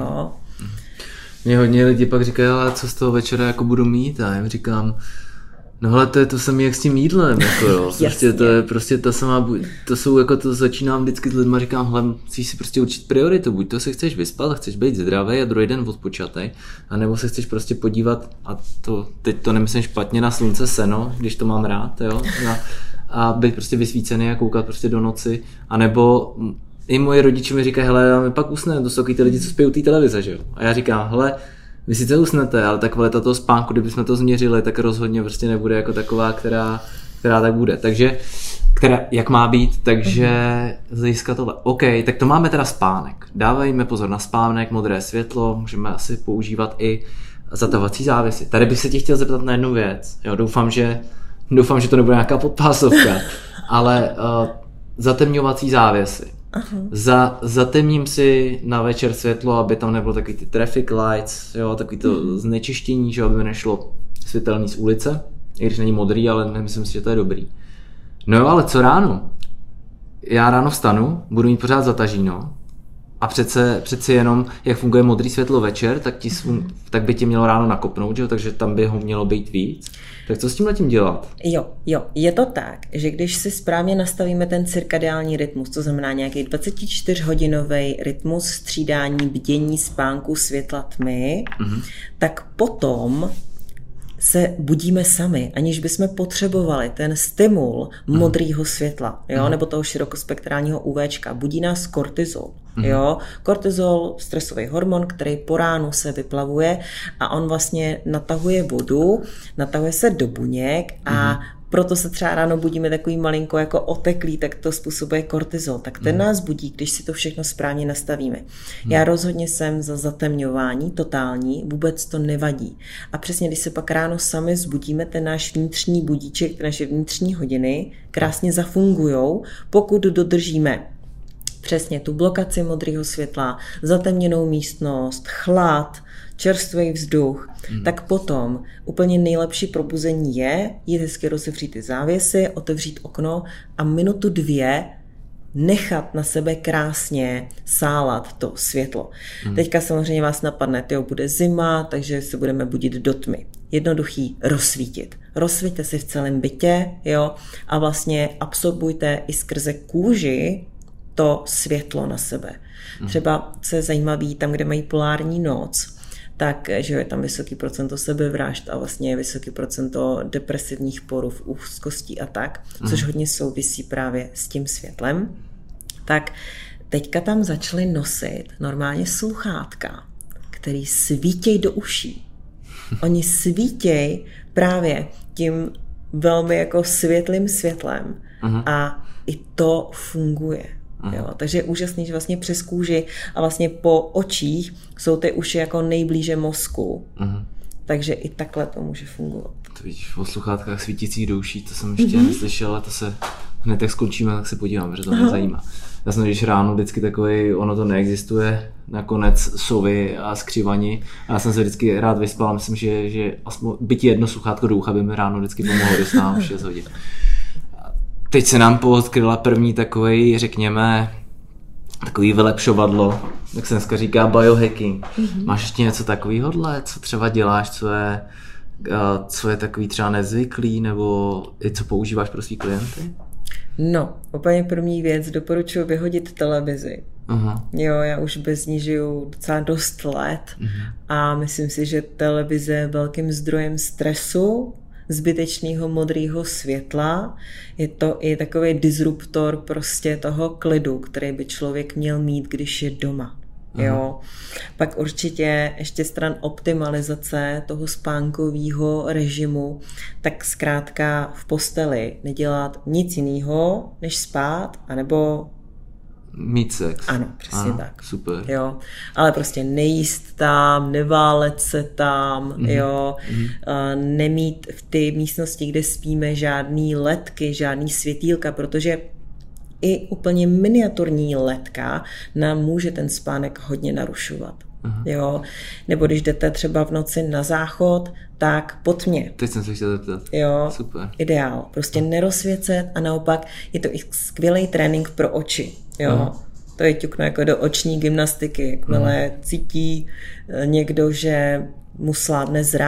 Mě hodně lidi pak říkají, ale co z toho večera jako budu mít? A já jim říkám, No ale to je to samé jak s tím jídlem, jako jo. Prostě to je prostě ta samá, to jsou jako to začínám vždycky s lidma, říkám, hele, musíš si prostě určit prioritu, buď to se chceš vyspat, chceš být zdravý a druhý den odpočatej, anebo se chceš prostě podívat, a to, teď to nemyslím špatně, na slunce seno, když to mám rád, jo, a být prostě vysvícený a koukat prostě do noci, anebo i moji rodiče mi říkají, hele, já mi pak usne, to jsou ty lidi, co spí u té televize, že jo, a já říkám, hele, vy sice usnete, ale ta kvalita toho spánku, kdybychom to změřili, tak rozhodně prostě nebude jako taková, která tak bude. Takže, jak má být, takže získat tohle. OK, tak to máme teda spánek. Dávejme pozor na spánek, modré světlo, můžeme asi používat i zatavovací závěsy. Tady bych se tě chtěl zeptat na jednu věc. Jo, doufám, že to nebude nějaká podpásovka, ale zatemňovací závěsy. Zatemním si na večer světlo, aby tam nebylo takový ty traffic lights, jo, takový to znečištění, že aby mi nešlo světelný z ulice, i když není modrý, ale nemyslím si, že to je dobrý. No jo, ale co ráno? Já ráno vstanu, budu mít pořád zatažíno a přece jenom, jak funguje modrý světlo večer, tak by tě mělo ráno nakopnout, že jo, takže tam by ho mělo být víc. Tak co s tím letím dělat? Jo, je to tak, že když si správně nastavíme ten cirkadiální rytmus, to znamená nějaký 24-hodinový rytmus střídání bdění, spánku, světla, tmy, tak potom se budíme sami, aniž bychom potřebovali ten stimul modrého světla, jo, nebo toho širokospektrálního UVčka. Budí nás kortizol. Jo? Kortizol, stresový hormon, který po ránu se vyplavuje a on vlastně natahuje vodu, natahuje se do buněk a proto se třeba ráno budíme takový malinko jako oteklý, tak to způsobuje kortizol. Tak ten nás budí, když si to všechno správně nastavíme. Já rozhodně jsem za zatemňování totální, vůbec to nevadí. A přesně, když se pak ráno sami zbudíme, ten náš vnitřní budíček, ty naše vnitřní hodiny krásně zafungujou, pokud dodržíme přesně tu blokaci modrého světla, zatemněnou místnost, chlad, čerstvý vzduch, tak potom úplně nejlepší probuzení je jít hezky rozevřít ty závěsy, otevřít okno a 1-2 minuty nechat na sebe krásně sálat to světlo. Teďka samozřejmě vás napadne, bude zima, takže se budeme budit do tmy. Jednoduchý rozsvítit. Rozsvíťte si v celém bytě, jo, a vlastně absorbujte i skrze kůži to světlo na sebe. Třeba, co je zajímavý, tam, kde mají polární noc, tak, že je tam vysoký procento sebevražd a vlastně vysoký procento depresivních poruch, úzkostí a tak, což hodně souvisí právě s tím světlem. Tak teďka tam začali nosit normálně sluchátka, který svítěj do uší. Oni svítěj právě tím velmi jako světlým světlem a i to funguje. Jo, takže je úžasný, že vlastně přes kůži a vlastně po očích jsou ty uši jako nejblíže mozku. Takže i takhle to může fungovat. To víš, o sluchátkách svítících do uší, to jsem ještě neslyšel, ale to se hned jak skončíme, tak se podívám, protože to mě zajímá. Já jsem když ráno vždycky takový, ono to neexistuje, nakonec sovy a skřivani. A já jsem se vždycky rád vyspal, myslím, že aspoň byť jedno sluchátko do ucha by mi ráno vždycky pomohlo, když stávám 6 hodin. Teď se nám poodkryla první takový, řekněme, takový vylepšovadlo, jak se dneska říká biohacking. Máš ještě něco takového, co třeba děláš, co je takový třeba nezvyklý, nebo i co používáš pro svý klienty? No, úplně první věc, doporučuji vyhodit televizi. Jo, já už bez ní žiju docela dost let a myslím si, že televize je velkým zdrojem stresu, zbytečného modrého světla. Je to i takový disruptor prostě toho klidu, který by člověk měl mít, když je doma. Jo. Pak určitě ještě stran optimalizace toho spánkového režimu, tak zkrátka v posteli nedělat nic jiného, než spát, anebo mít sex. Ano, přesně tak. Super. Jo, ale prostě nejíst tam, neválet se tam, jo, nemít v té místnosti, kde spíme, žádný ledky, žádný světýlka, protože i úplně miniaturní ledka nám může ten spánek hodně narušovat. Jo, nebo když jdete třeba v noci na záchod, tak po tmě. Teď jsem se chtěl zeptat. Jo, super. Ideál. Prostě nerozsvěcet a naopak je to i skvělý trénink pro oči. Jo. To je ťukno jako do oční gymnastiky. Jakmile cítí někdo, že mu slábne zrak,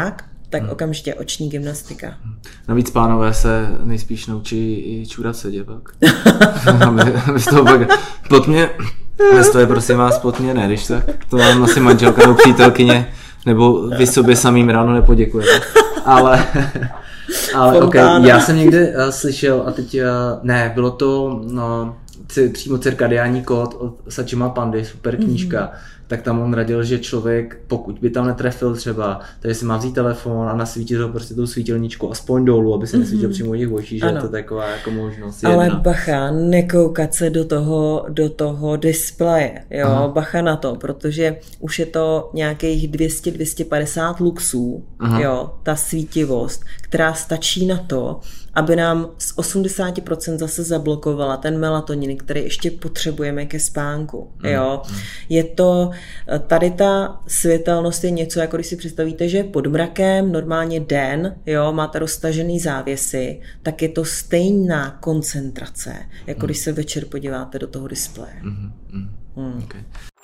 tak okamžitě oční gymnastika. Navíc pánové se nejspíš naučí i čůrat sedě pak. Vy z toho pak pod mě, to je prosím vás pod mě, ne, když tak, to mám asi manželka nebo přítelkyně, nebo vy sobě samým ráno nepoděkujete. Ale okay, já jsem někde slyšel a teď, ne, bylo to přímo cirkadiální kód od Satchima Pandy, super knížka, tak tam on radil, že člověk, pokud by tam netrefil třeba, takže si má vzít telefon a nasvítit ho prostě tou svítilničkou aspoň dolů, aby se nesvítil přímo těch očí, že je to taková jako možnost jedna. Ale bacha, nekoukat se do toho displeje, jo, aha. Bacha na to, protože už je to nějakých 200-250 luxů, jo, ta svítivost, která stačí na to, aby nám z 80% zase zablokovala ten melatonin, který ještě potřebujeme ke spánku. Jo. Je to, tady ta světelnost je něco, jako když si představíte, že pod mrakem normálně den, jo, máte roztažený závěsy, tak je to stejná koncentrace, jako když se večer podíváte do toho displeje. Okay.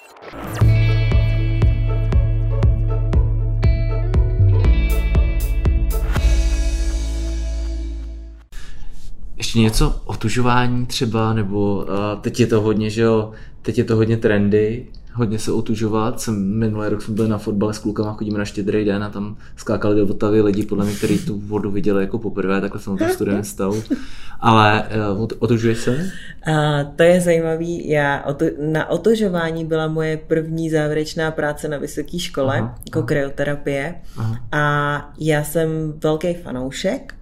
Ještě něco o tužování třeba, nebo teď je to hodně, že jo, teď je to hodně trendy, hodně se otužovat. Minulý rok jsme byli na fotbale s klukama, chodíme na Štědrý den a tam skákali do Vltavy lidi, podle mě, kteří tu vodu viděli jako poprvé, takhle jsem to student stavu. Ale otužuješ se? To je zajímavý. Na otužování byla moje první závěrečná práce na vysoké škole, jako kryoterapie. A já jsem velký fanoušek,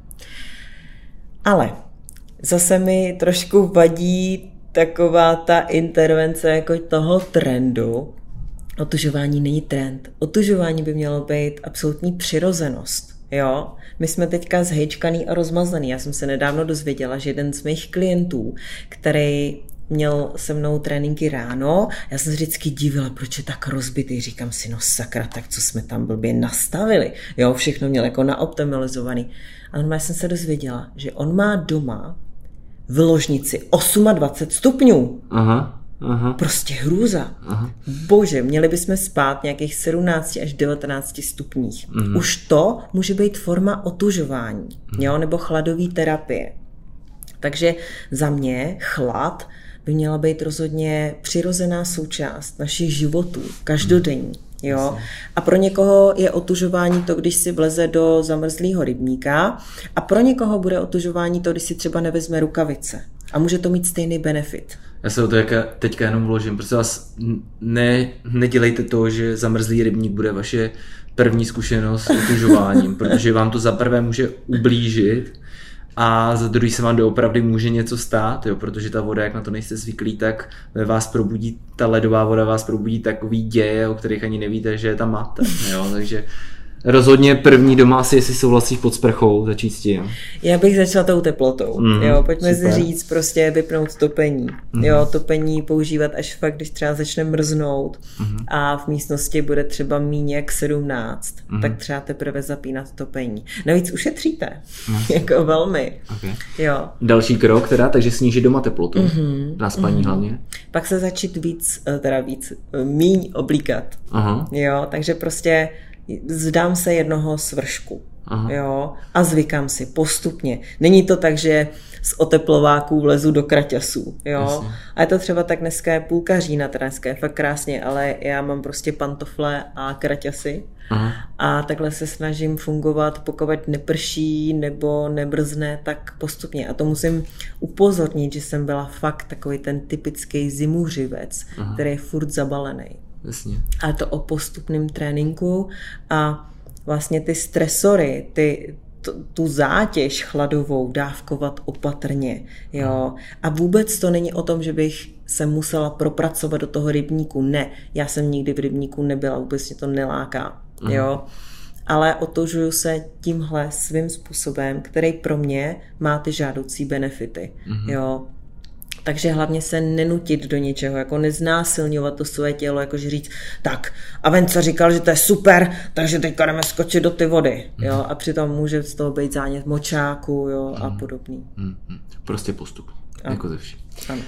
ale zase mi trošku vadí taková ta intervence jako toho trendu. Otužování není trend. Otužování by mělo být absolutní přirozenost. Jo? My jsme teďka zhejčkaný a rozmazaný. Já jsem se nedávno dozvěděla, že jeden z mých klientů, který měl se mnou tréninky ráno, já jsem se vždycky divila, proč je tak rozbitý. Říkám si, no sakra, tak co jsme tam blbě nastavili. Jo, všechno měl jako naoptimalizovaný. A normálně jsem se dozvěděla, že on má doma v ložnici 28 stupňů. Aha. Prostě hrůza. Bože, měli bychom spát nějakých 17 až 19 stupních. Už to může být forma otužování, jo, nebo chladové terapie. Takže za mě chlad by měla být rozhodně přirozená součást našich životů, každodenní. Jo? A pro někoho je otužování to, když si vleze do zamrzlého rybníka, a pro někoho bude otužování to, když si třeba nevezme rukavice. A může to mít stejný benefit. Já se o to teďka jenom vložím. Prostě vás nedělejte to, že zamrzlý rybník bude vaše první zkušenost s otužováním, protože vám to za prvé může ublížit a za druhý se vám doopravdy může něco stát, jo, protože ta voda, jak na to nejste zvyklí, tak vás probudí, ta ledová voda vás probudí takový děje, o kterých ani nevíte, že je tam máte. Jo, takže rozhodně první doma asi, jestli souhlasíš, pod sprchou, začít s tím. Já bych začala tou teplotou. Jo, pojďme si říct, prostě vypnout topení. Jo, topení používat až fakt, když třeba začne mrznout a v místnosti bude třeba míň jak 17, tak třeba teprve zapínat topení. Navíc ušetříte. Jako velmi. Okay. Jo. Další krok teda, takže snížit doma teplotu. Na spaní hlavně. Pak se začít míň oblíkat. Jo, takže prostě zdám se jednoho svršku. Jo, a zvykám si postupně. Není to tak, že z oteplováků vlezu do kraťasů. Jo? A je to třeba tak, dneska je půlka října, teda dneska je fakt krásně, ale já mám prostě pantofle a kraťasy. A takhle se snažím fungovat, pokud neprší nebo nebrzne, tak postupně. A to musím upozornit, že jsem byla fakt takový ten typický zimuřivec, který je furt zabalený. Jasně. A to o postupném tréninku a vlastně ty stresory, tu zátěž chladovou dávkovat opatrně. Jo. A vůbec to není o tom, že bych se musela propracovat do toho rybníku. Ne, já jsem nikdy v rybníku nebyla, vůbec mě to neláká. Jo. Ale otužuju se tímhle svým způsobem, který pro mě má ty žádoucí benefity. Jo. Takže hlavně se nenutit do něčeho, jako neznásilňovat to své tělo, jakože říct, tak a Venca říkal, že to je super, takže teďka jdeme skočit do ty vody, jo, a přitom může z toho být zánět močáku, jo, a podobný. Prostě postup, jako ze vším. Ano.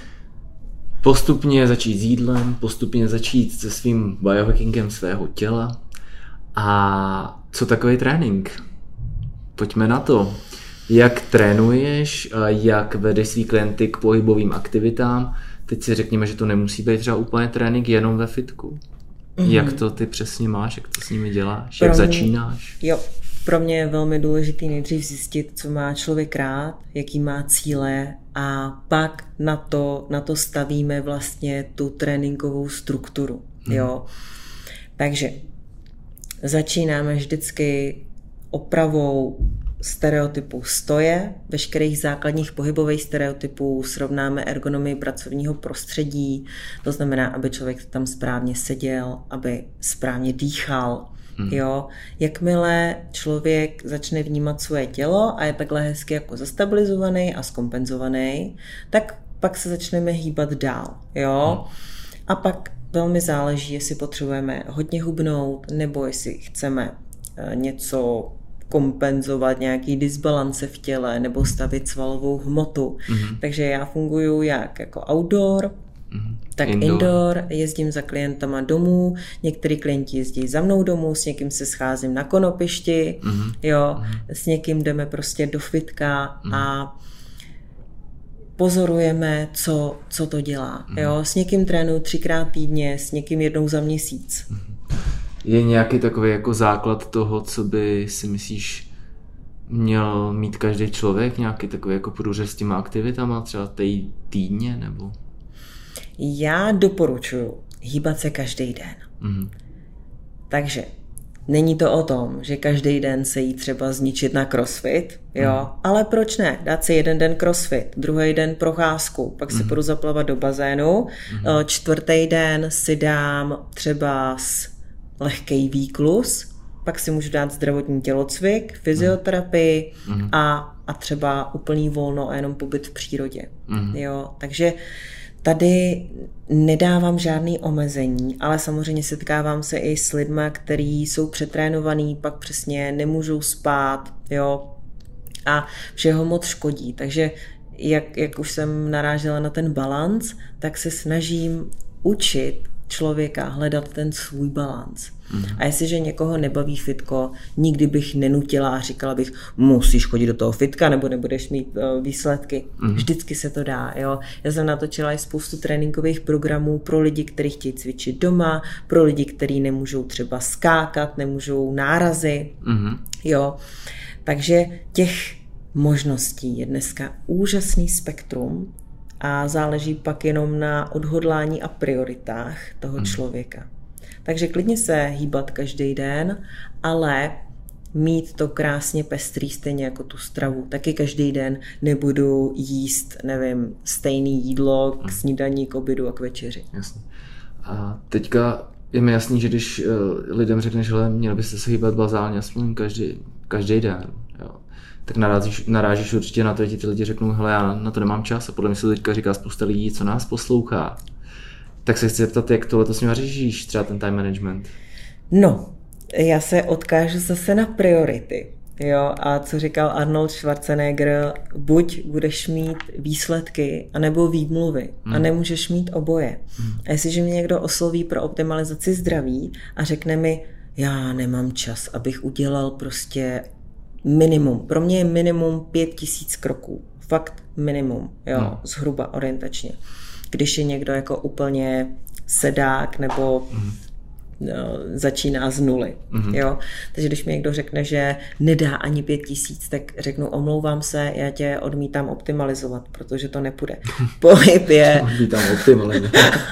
Postupně začít s jídlem, postupně začít se svým biohackingem svého těla A co takový trénink? Pojďme na to. Jak trénuješ, jak vedeš svý klienty k pohybovým aktivitám? Teď si řekněme, že to nemusí být třeba úplně trénink jenom ve fitku. Jak to ty přesně máš, jak to s nimi děláš, jak začínáš? Jo, pro mě je velmi důležité nejdřív zjistit, co má člověk rád, jaký má cíle a pak na to stavíme vlastně tu tréninkovou strukturu. Jo. Takže začínáme vždycky opravou stereotypů stoje, veškerých základních pohybových stereotypů, srovnáme ergonomii pracovního prostředí, to znamená, aby člověk tam správně seděl, aby správně dýchal. Jo. Jakmile člověk začne vnímat svoje tělo a je takhle hezky jako zastabilizovaný a zkompenzovaný, tak pak se začneme hýbat dál. Jo. A pak velmi záleží, jestli potřebujeme hodně hubnout, nebo jestli chceme něco kompenzovat, nějaký disbalance v těle, nebo stavit svalovou hmotu. Takže já funguju jak jako outdoor, tak indoor, jezdím za klientama domů, některý klienti jezdí za mnou domů, s někým se scházím na konopišti, jo, s někým jdeme prostě do fitka a pozorujeme, co to dělá. Jo? S někým trénuju 3x týdně, s někým jednou za měsíc. Je nějaký takový jako základ toho, co by si myslíš měl mít každý člověk, nějaký takový jako průřez s těma aktivitama, třeba týdně nebo? Já doporučuji hýbat se každý den. Takže není to o tom, že každý den se jí třeba zničit na crossfit, jo, ale proč ne? Dát si jeden den crossfit, druhý den procházku, pak si půjdu zaplavat do bazénu, čtvrtý den si dám třeba lehký výklus, pak si můžu dát zdravotní tělocvik, fyzioterapii a třeba úplný volno a jenom pobyt v přírodě. Jo, takže tady nedávám žádný omezení, ale samozřejmě setkávám se i s lidmi, kteří jsou přetrénovaní, pak přesně nemůžou spát, jo, a všeho moc škodí. Takže jak už jsem narážela na ten balanc, tak se snažím učit člověka hledat ten svůj balanc. A jestliže někoho nebaví fitko, nikdy bych nenutila a říkala bych, musíš chodit do toho fitka, nebo nebudeš mít výsledky. Vždycky se to dá. Jo. Já jsem natočila i spoustu tréninkových programů pro lidi, kteří chtějí cvičit doma, pro lidi, kteří nemůžou třeba skákat, nemůžou nárazy. Jo. Takže těch možností je dneska úžasný spektrum a záleží pak jenom na odhodlání a prioritách toho člověka. Takže klidně se hýbat každý den, ale mít to krásně pestrý, stejně jako tu stravu. Taky každý den nebudu jíst, nevím, stejný jídlo k snídani, k obědu a k večeři. Jasně. A teďka je mi jasný, že když lidem řekneš, že měl byste se hýbat bazálně aspoň každý den, jo, tak narážíš určitě na to, že ti lidi řeknou, hele, já na to nemám čas a podle mě se to teďka říká spousta lidí, co nás poslouchá. Tak se chci zeptat, jak tohle s ním řešíš, třeba ten time management? No, já se odkážu zase na priority. Jo, a co říkal Arnold Schwarzenegger, buď budeš mít výsledky, anebo výmluvy. A nemůžeš mít oboje. A jestliže mě někdo osloví pro optimalizaci zdraví a řekne mi, já nemám čas, abych udělal prostě minimum. Pro mě je minimum 5000 kroků. Fakt minimum, jo, zhruba orientačně. Když je někdo jako úplně sedák nebo začíná z nuly. Jo? Takže když mi někdo řekne, že nedá ani 5000, tak řeknu, omlouvám se, já tě odmítám optimalizovat, protože to nepůjde. Pohyb je... Odmítám optimalizovat.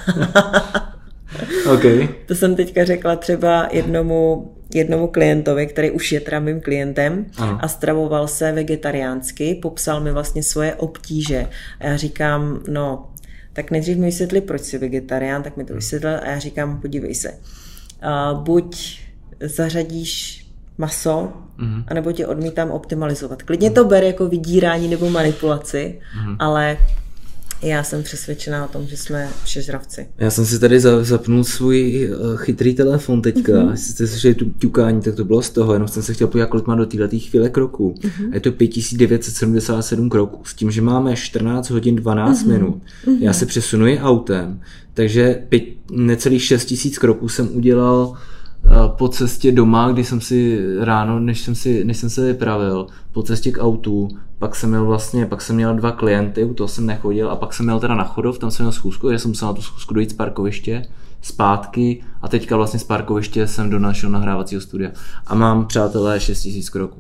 Okay. To jsem teďka řekla třeba jednomu klientovi, který už je teda mým klientem a stravoval se vegetariánsky, popsal mi vlastně svoje obtíže. A já říkám, no, tak nejdřív mi vysvětli, proč jsi vegetarián, tak mi to vysvětlil a já říkám, podívej se, buď zařadíš maso, anebo tě odmítám optimalizovat. Klidně to ber jako vydírání nebo manipulaci, ale já jsem přesvědčená o tom, že jsme všežravci. Já jsem si tady zapnul svůj chytrý telefon teďka. Jestli jste slyšeli ťukání, tak to bylo z toho. Jenom jsem se chtěl podívat, kolik má do této chvíle kroků. A je to 5977 kroků. S tím, že máme 14 hodin 12 minut. Já se přesunuji autem, takže necelých 6000 kroků jsem udělal po cestě doma, kdy jsem si ráno, než jsem se vypravil, po cestě k autu, pak jsem měl 2 klienty, u toho jsem nechodil a pak jsem měl teda na Chodov, tam jsem měl schůzku, že jsem musel na tu schůzku dojít z parkoviště, zpátky a teďka vlastně z parkoviště jsem do našeho nahrávacího studia. A mám, přátelé, 6000 kroků.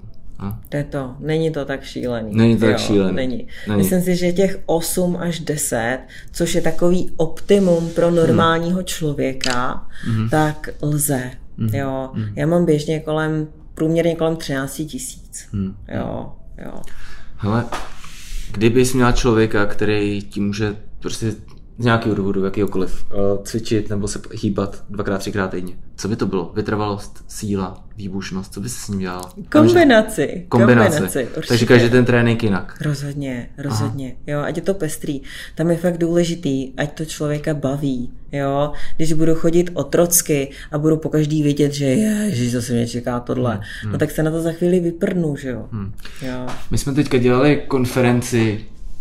Není to tak šílený. Není to tak šílený. Není. Myslím si, že těch 8 až 10, což je takový optimum pro normálního člověka, tak lze. Jo. Já mám běžně průměrně kolem 13 000. Jo. Hele, kdybys měla člověka, který ti může prostě z nějakého důvodu, jakýhokoliv, cvičit nebo se hýbat 2x, 3x týdně. Co by to bylo? Vytrvalost, síla, výbušnost, co by se s ním dělala? Kombinaci. Takže každý ten trénink jinak. Rozhodně. Jo, ať je to pestrý. Tam je fakt důležitý, ať to člověka baví. Jo, když budu chodit otrocky a budu pokaždý vidět, že ježiš, zase mě čeká tohle, no tak se na to za chvíli vyprdnu, že jo. Jo. My jsme teďka dělali konferenci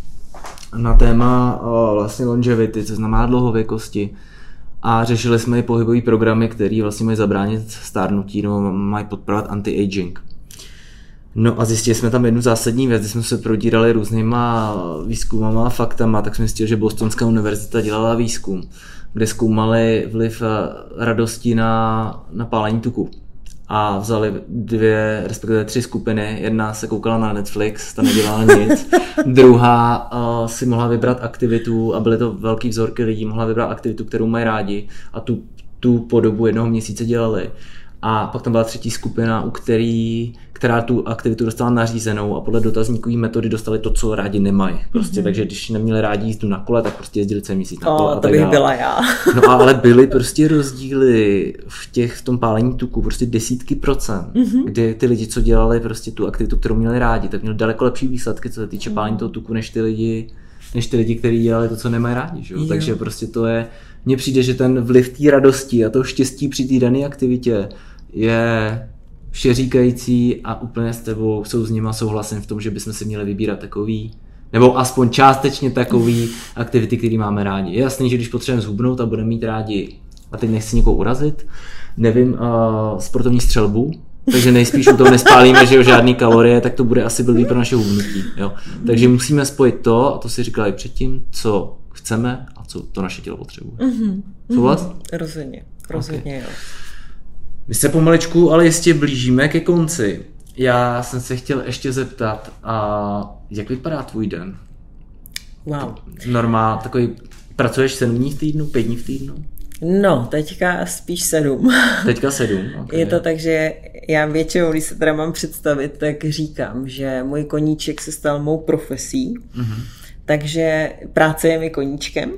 na téma vlastně longevity, co znamená dlouhověkosti. A řešili jsme i pohybové programy, které vlastně mají zabránit stárnutí nebo mají podporovat anti-aging. No a zjistili jsme tam jednu zásadní věc, když jsme se prodírali různýma výzkumama a faktama, tak jsme zjistili, že Bostonská univerzita dělala výzkum, kde zkoumali vliv radosti na pálení tuku. A vzali 2, respektive 3 skupiny. Jedna se koukala na Netflix, ta nedělala nic. Druhá si mohla vybrat aktivitu, a byly to velký vzorky lidí, mohla vybrat aktivitu, kterou mají rádi, a tu po dobu 1 měsíce dělali. A pak tam byla 3. skupina, která tu aktivitu dostala nařízenou a podle dotazníkové metody dostali to, co rádi nemají. Prostě, takže když neměli rádi jízdu na kole, tak prostě jezdili celý měsíc na kole. To bych byla já. No ale byly prostě rozdíly v tom pálení tuku, prostě desítky procent, kdy ty lidi, co dělali prostě tu aktivitu, kterou měli rádi, tak měli daleko lepší výsledky, co se týče pálení toho tuku, než ty lidi, kteří dělali to, co nemají rádi. Že? Takže prostě to je, mně přijde, že ten vliv té radosti a toho štěstí při té dané aktivitě je všeříkající a úplně s tebou souhlasím v tom, že bychom si měli vybírat takový, nebo aspoň částečně takový aktivity, které máme rádi. Je jasný, že když potřebujeme zhubnout a budeme mít rádi, a teď nechci někoho urazit, nevím, sportovní střelbu, takže nejspíš u toho nespálíme, že jo, žádný kalorie, tak to bude asi blbý pro naše hubnutí. Jo. Takže musíme spojit to, a to si říkala i předtím, co chceme a co to naše tělo potřebuje. Souhlas? Rozhodně, jo. My se pomaličku, ale jistě blížíme ke konci. Já jsem se chtěl ještě zeptat, jak vypadá tvůj den? Wow. Normál, takový, pracuješ 7 dní v týdnu, 5 dní v týdnu? No, teďka spíš 7. Teďka 7, okay. Je to tak, že já většinou, když se teda mám představit, tak říkám, že můj koníček se stal mou profesí, takže práce je mi koníčkem.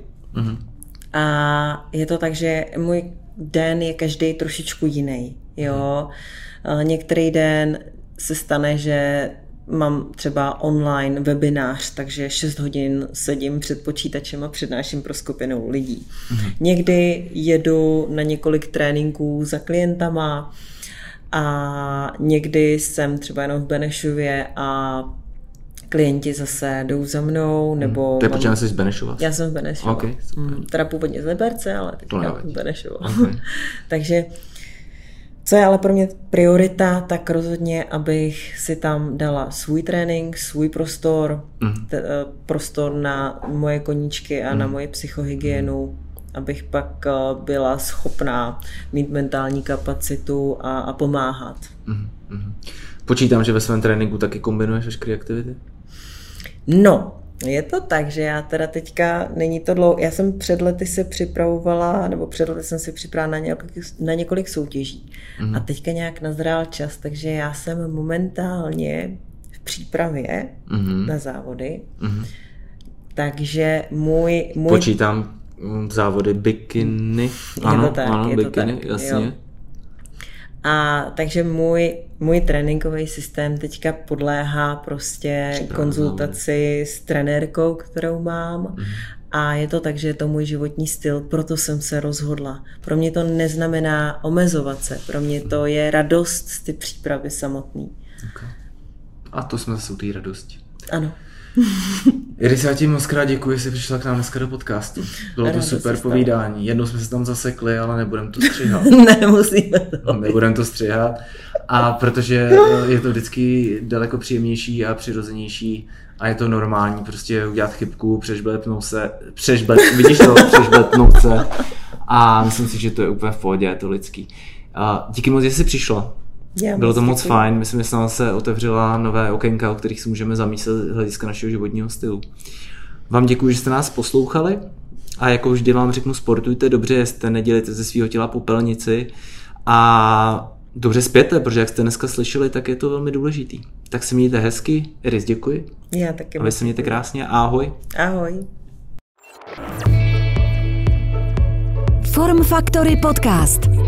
A je to tak, že můj den je každý trošičku jiný. Jo? Některý den se stane, že mám třeba online webinář, takže 6 hodin sedím před počítačem a přednáším pro skupinu lidí. Někdy jedu na několik tréninků za klientama a někdy jsem třeba jenom v Benešově a klienti zase jdou za mnou, nebo... To je počítám, jsi z Benešova? Já jsem z Benešova. Okay, teda původně z Liberce, ale teďka z Benešova. Okay. Takže co je ale pro mě priorita, tak rozhodně, abych si tam dala svůj trénink, svůj prostor, prostor na moje koníčky a na moje psychohygienu, abych pak byla schopná mít mentální kapacitu a pomáhat. Počítám, že ve svém tréninku taky kombinuješ veškeré aktivity? No, je to tak, že já teda teďka, není to dlouho, já jsem před lety se připravovala, nebo před lety jsem si připravovala na několik soutěží. A teďka nějak nazrál čas, takže já jsem momentálně v přípravě na závody. Takže můj... Počítám závody bikiny. Ano, bikiny, jasně. Jo. A takže můj tréninkový systém teďka podléhá prostě konzultaci s trenérkou, kterou mám. A je to tak, že je to můj životní styl, proto jsem se rozhodla. Pro mě to neznamená omezovat se, pro mě to je radost z ty přípravy samotný. Okay. A to jsme zase u té radosti. Ano. Iris, já ti moc krát děkuji, že jsi přišla k nám dneska do podcastu. Bylo to super povídání. Jednou jsme se tam zasekli, ale nebudeme to střihat. Nemusíme to. Nebudeme to střihat. A protože je to vždycky daleko příjemnější a přirozenější a je to normální prostě udělat chybku, přežbletnout se. A myslím si, že to je úplně v pohodě, je to lidský. Díky moc, že jsi přišla. Bylo to moc fajn, myslím, že se otevřela nové okénka, o kterých si můžeme zamyslet z hlediska našeho životního stylu. Vám děkuji, že jste nás poslouchali a jako vždy vám řeknu, sportujte dobře, jste, nedělejte ze svého těla popelnici a dobře spěte, protože jak jste dneska slyšeli, tak je to velmi důležitý. Tak se mějte hezky, Iris, děkuji. Já taky. A vy se mějte krásně, ahoj. Ahoj. Form Factory Podcast.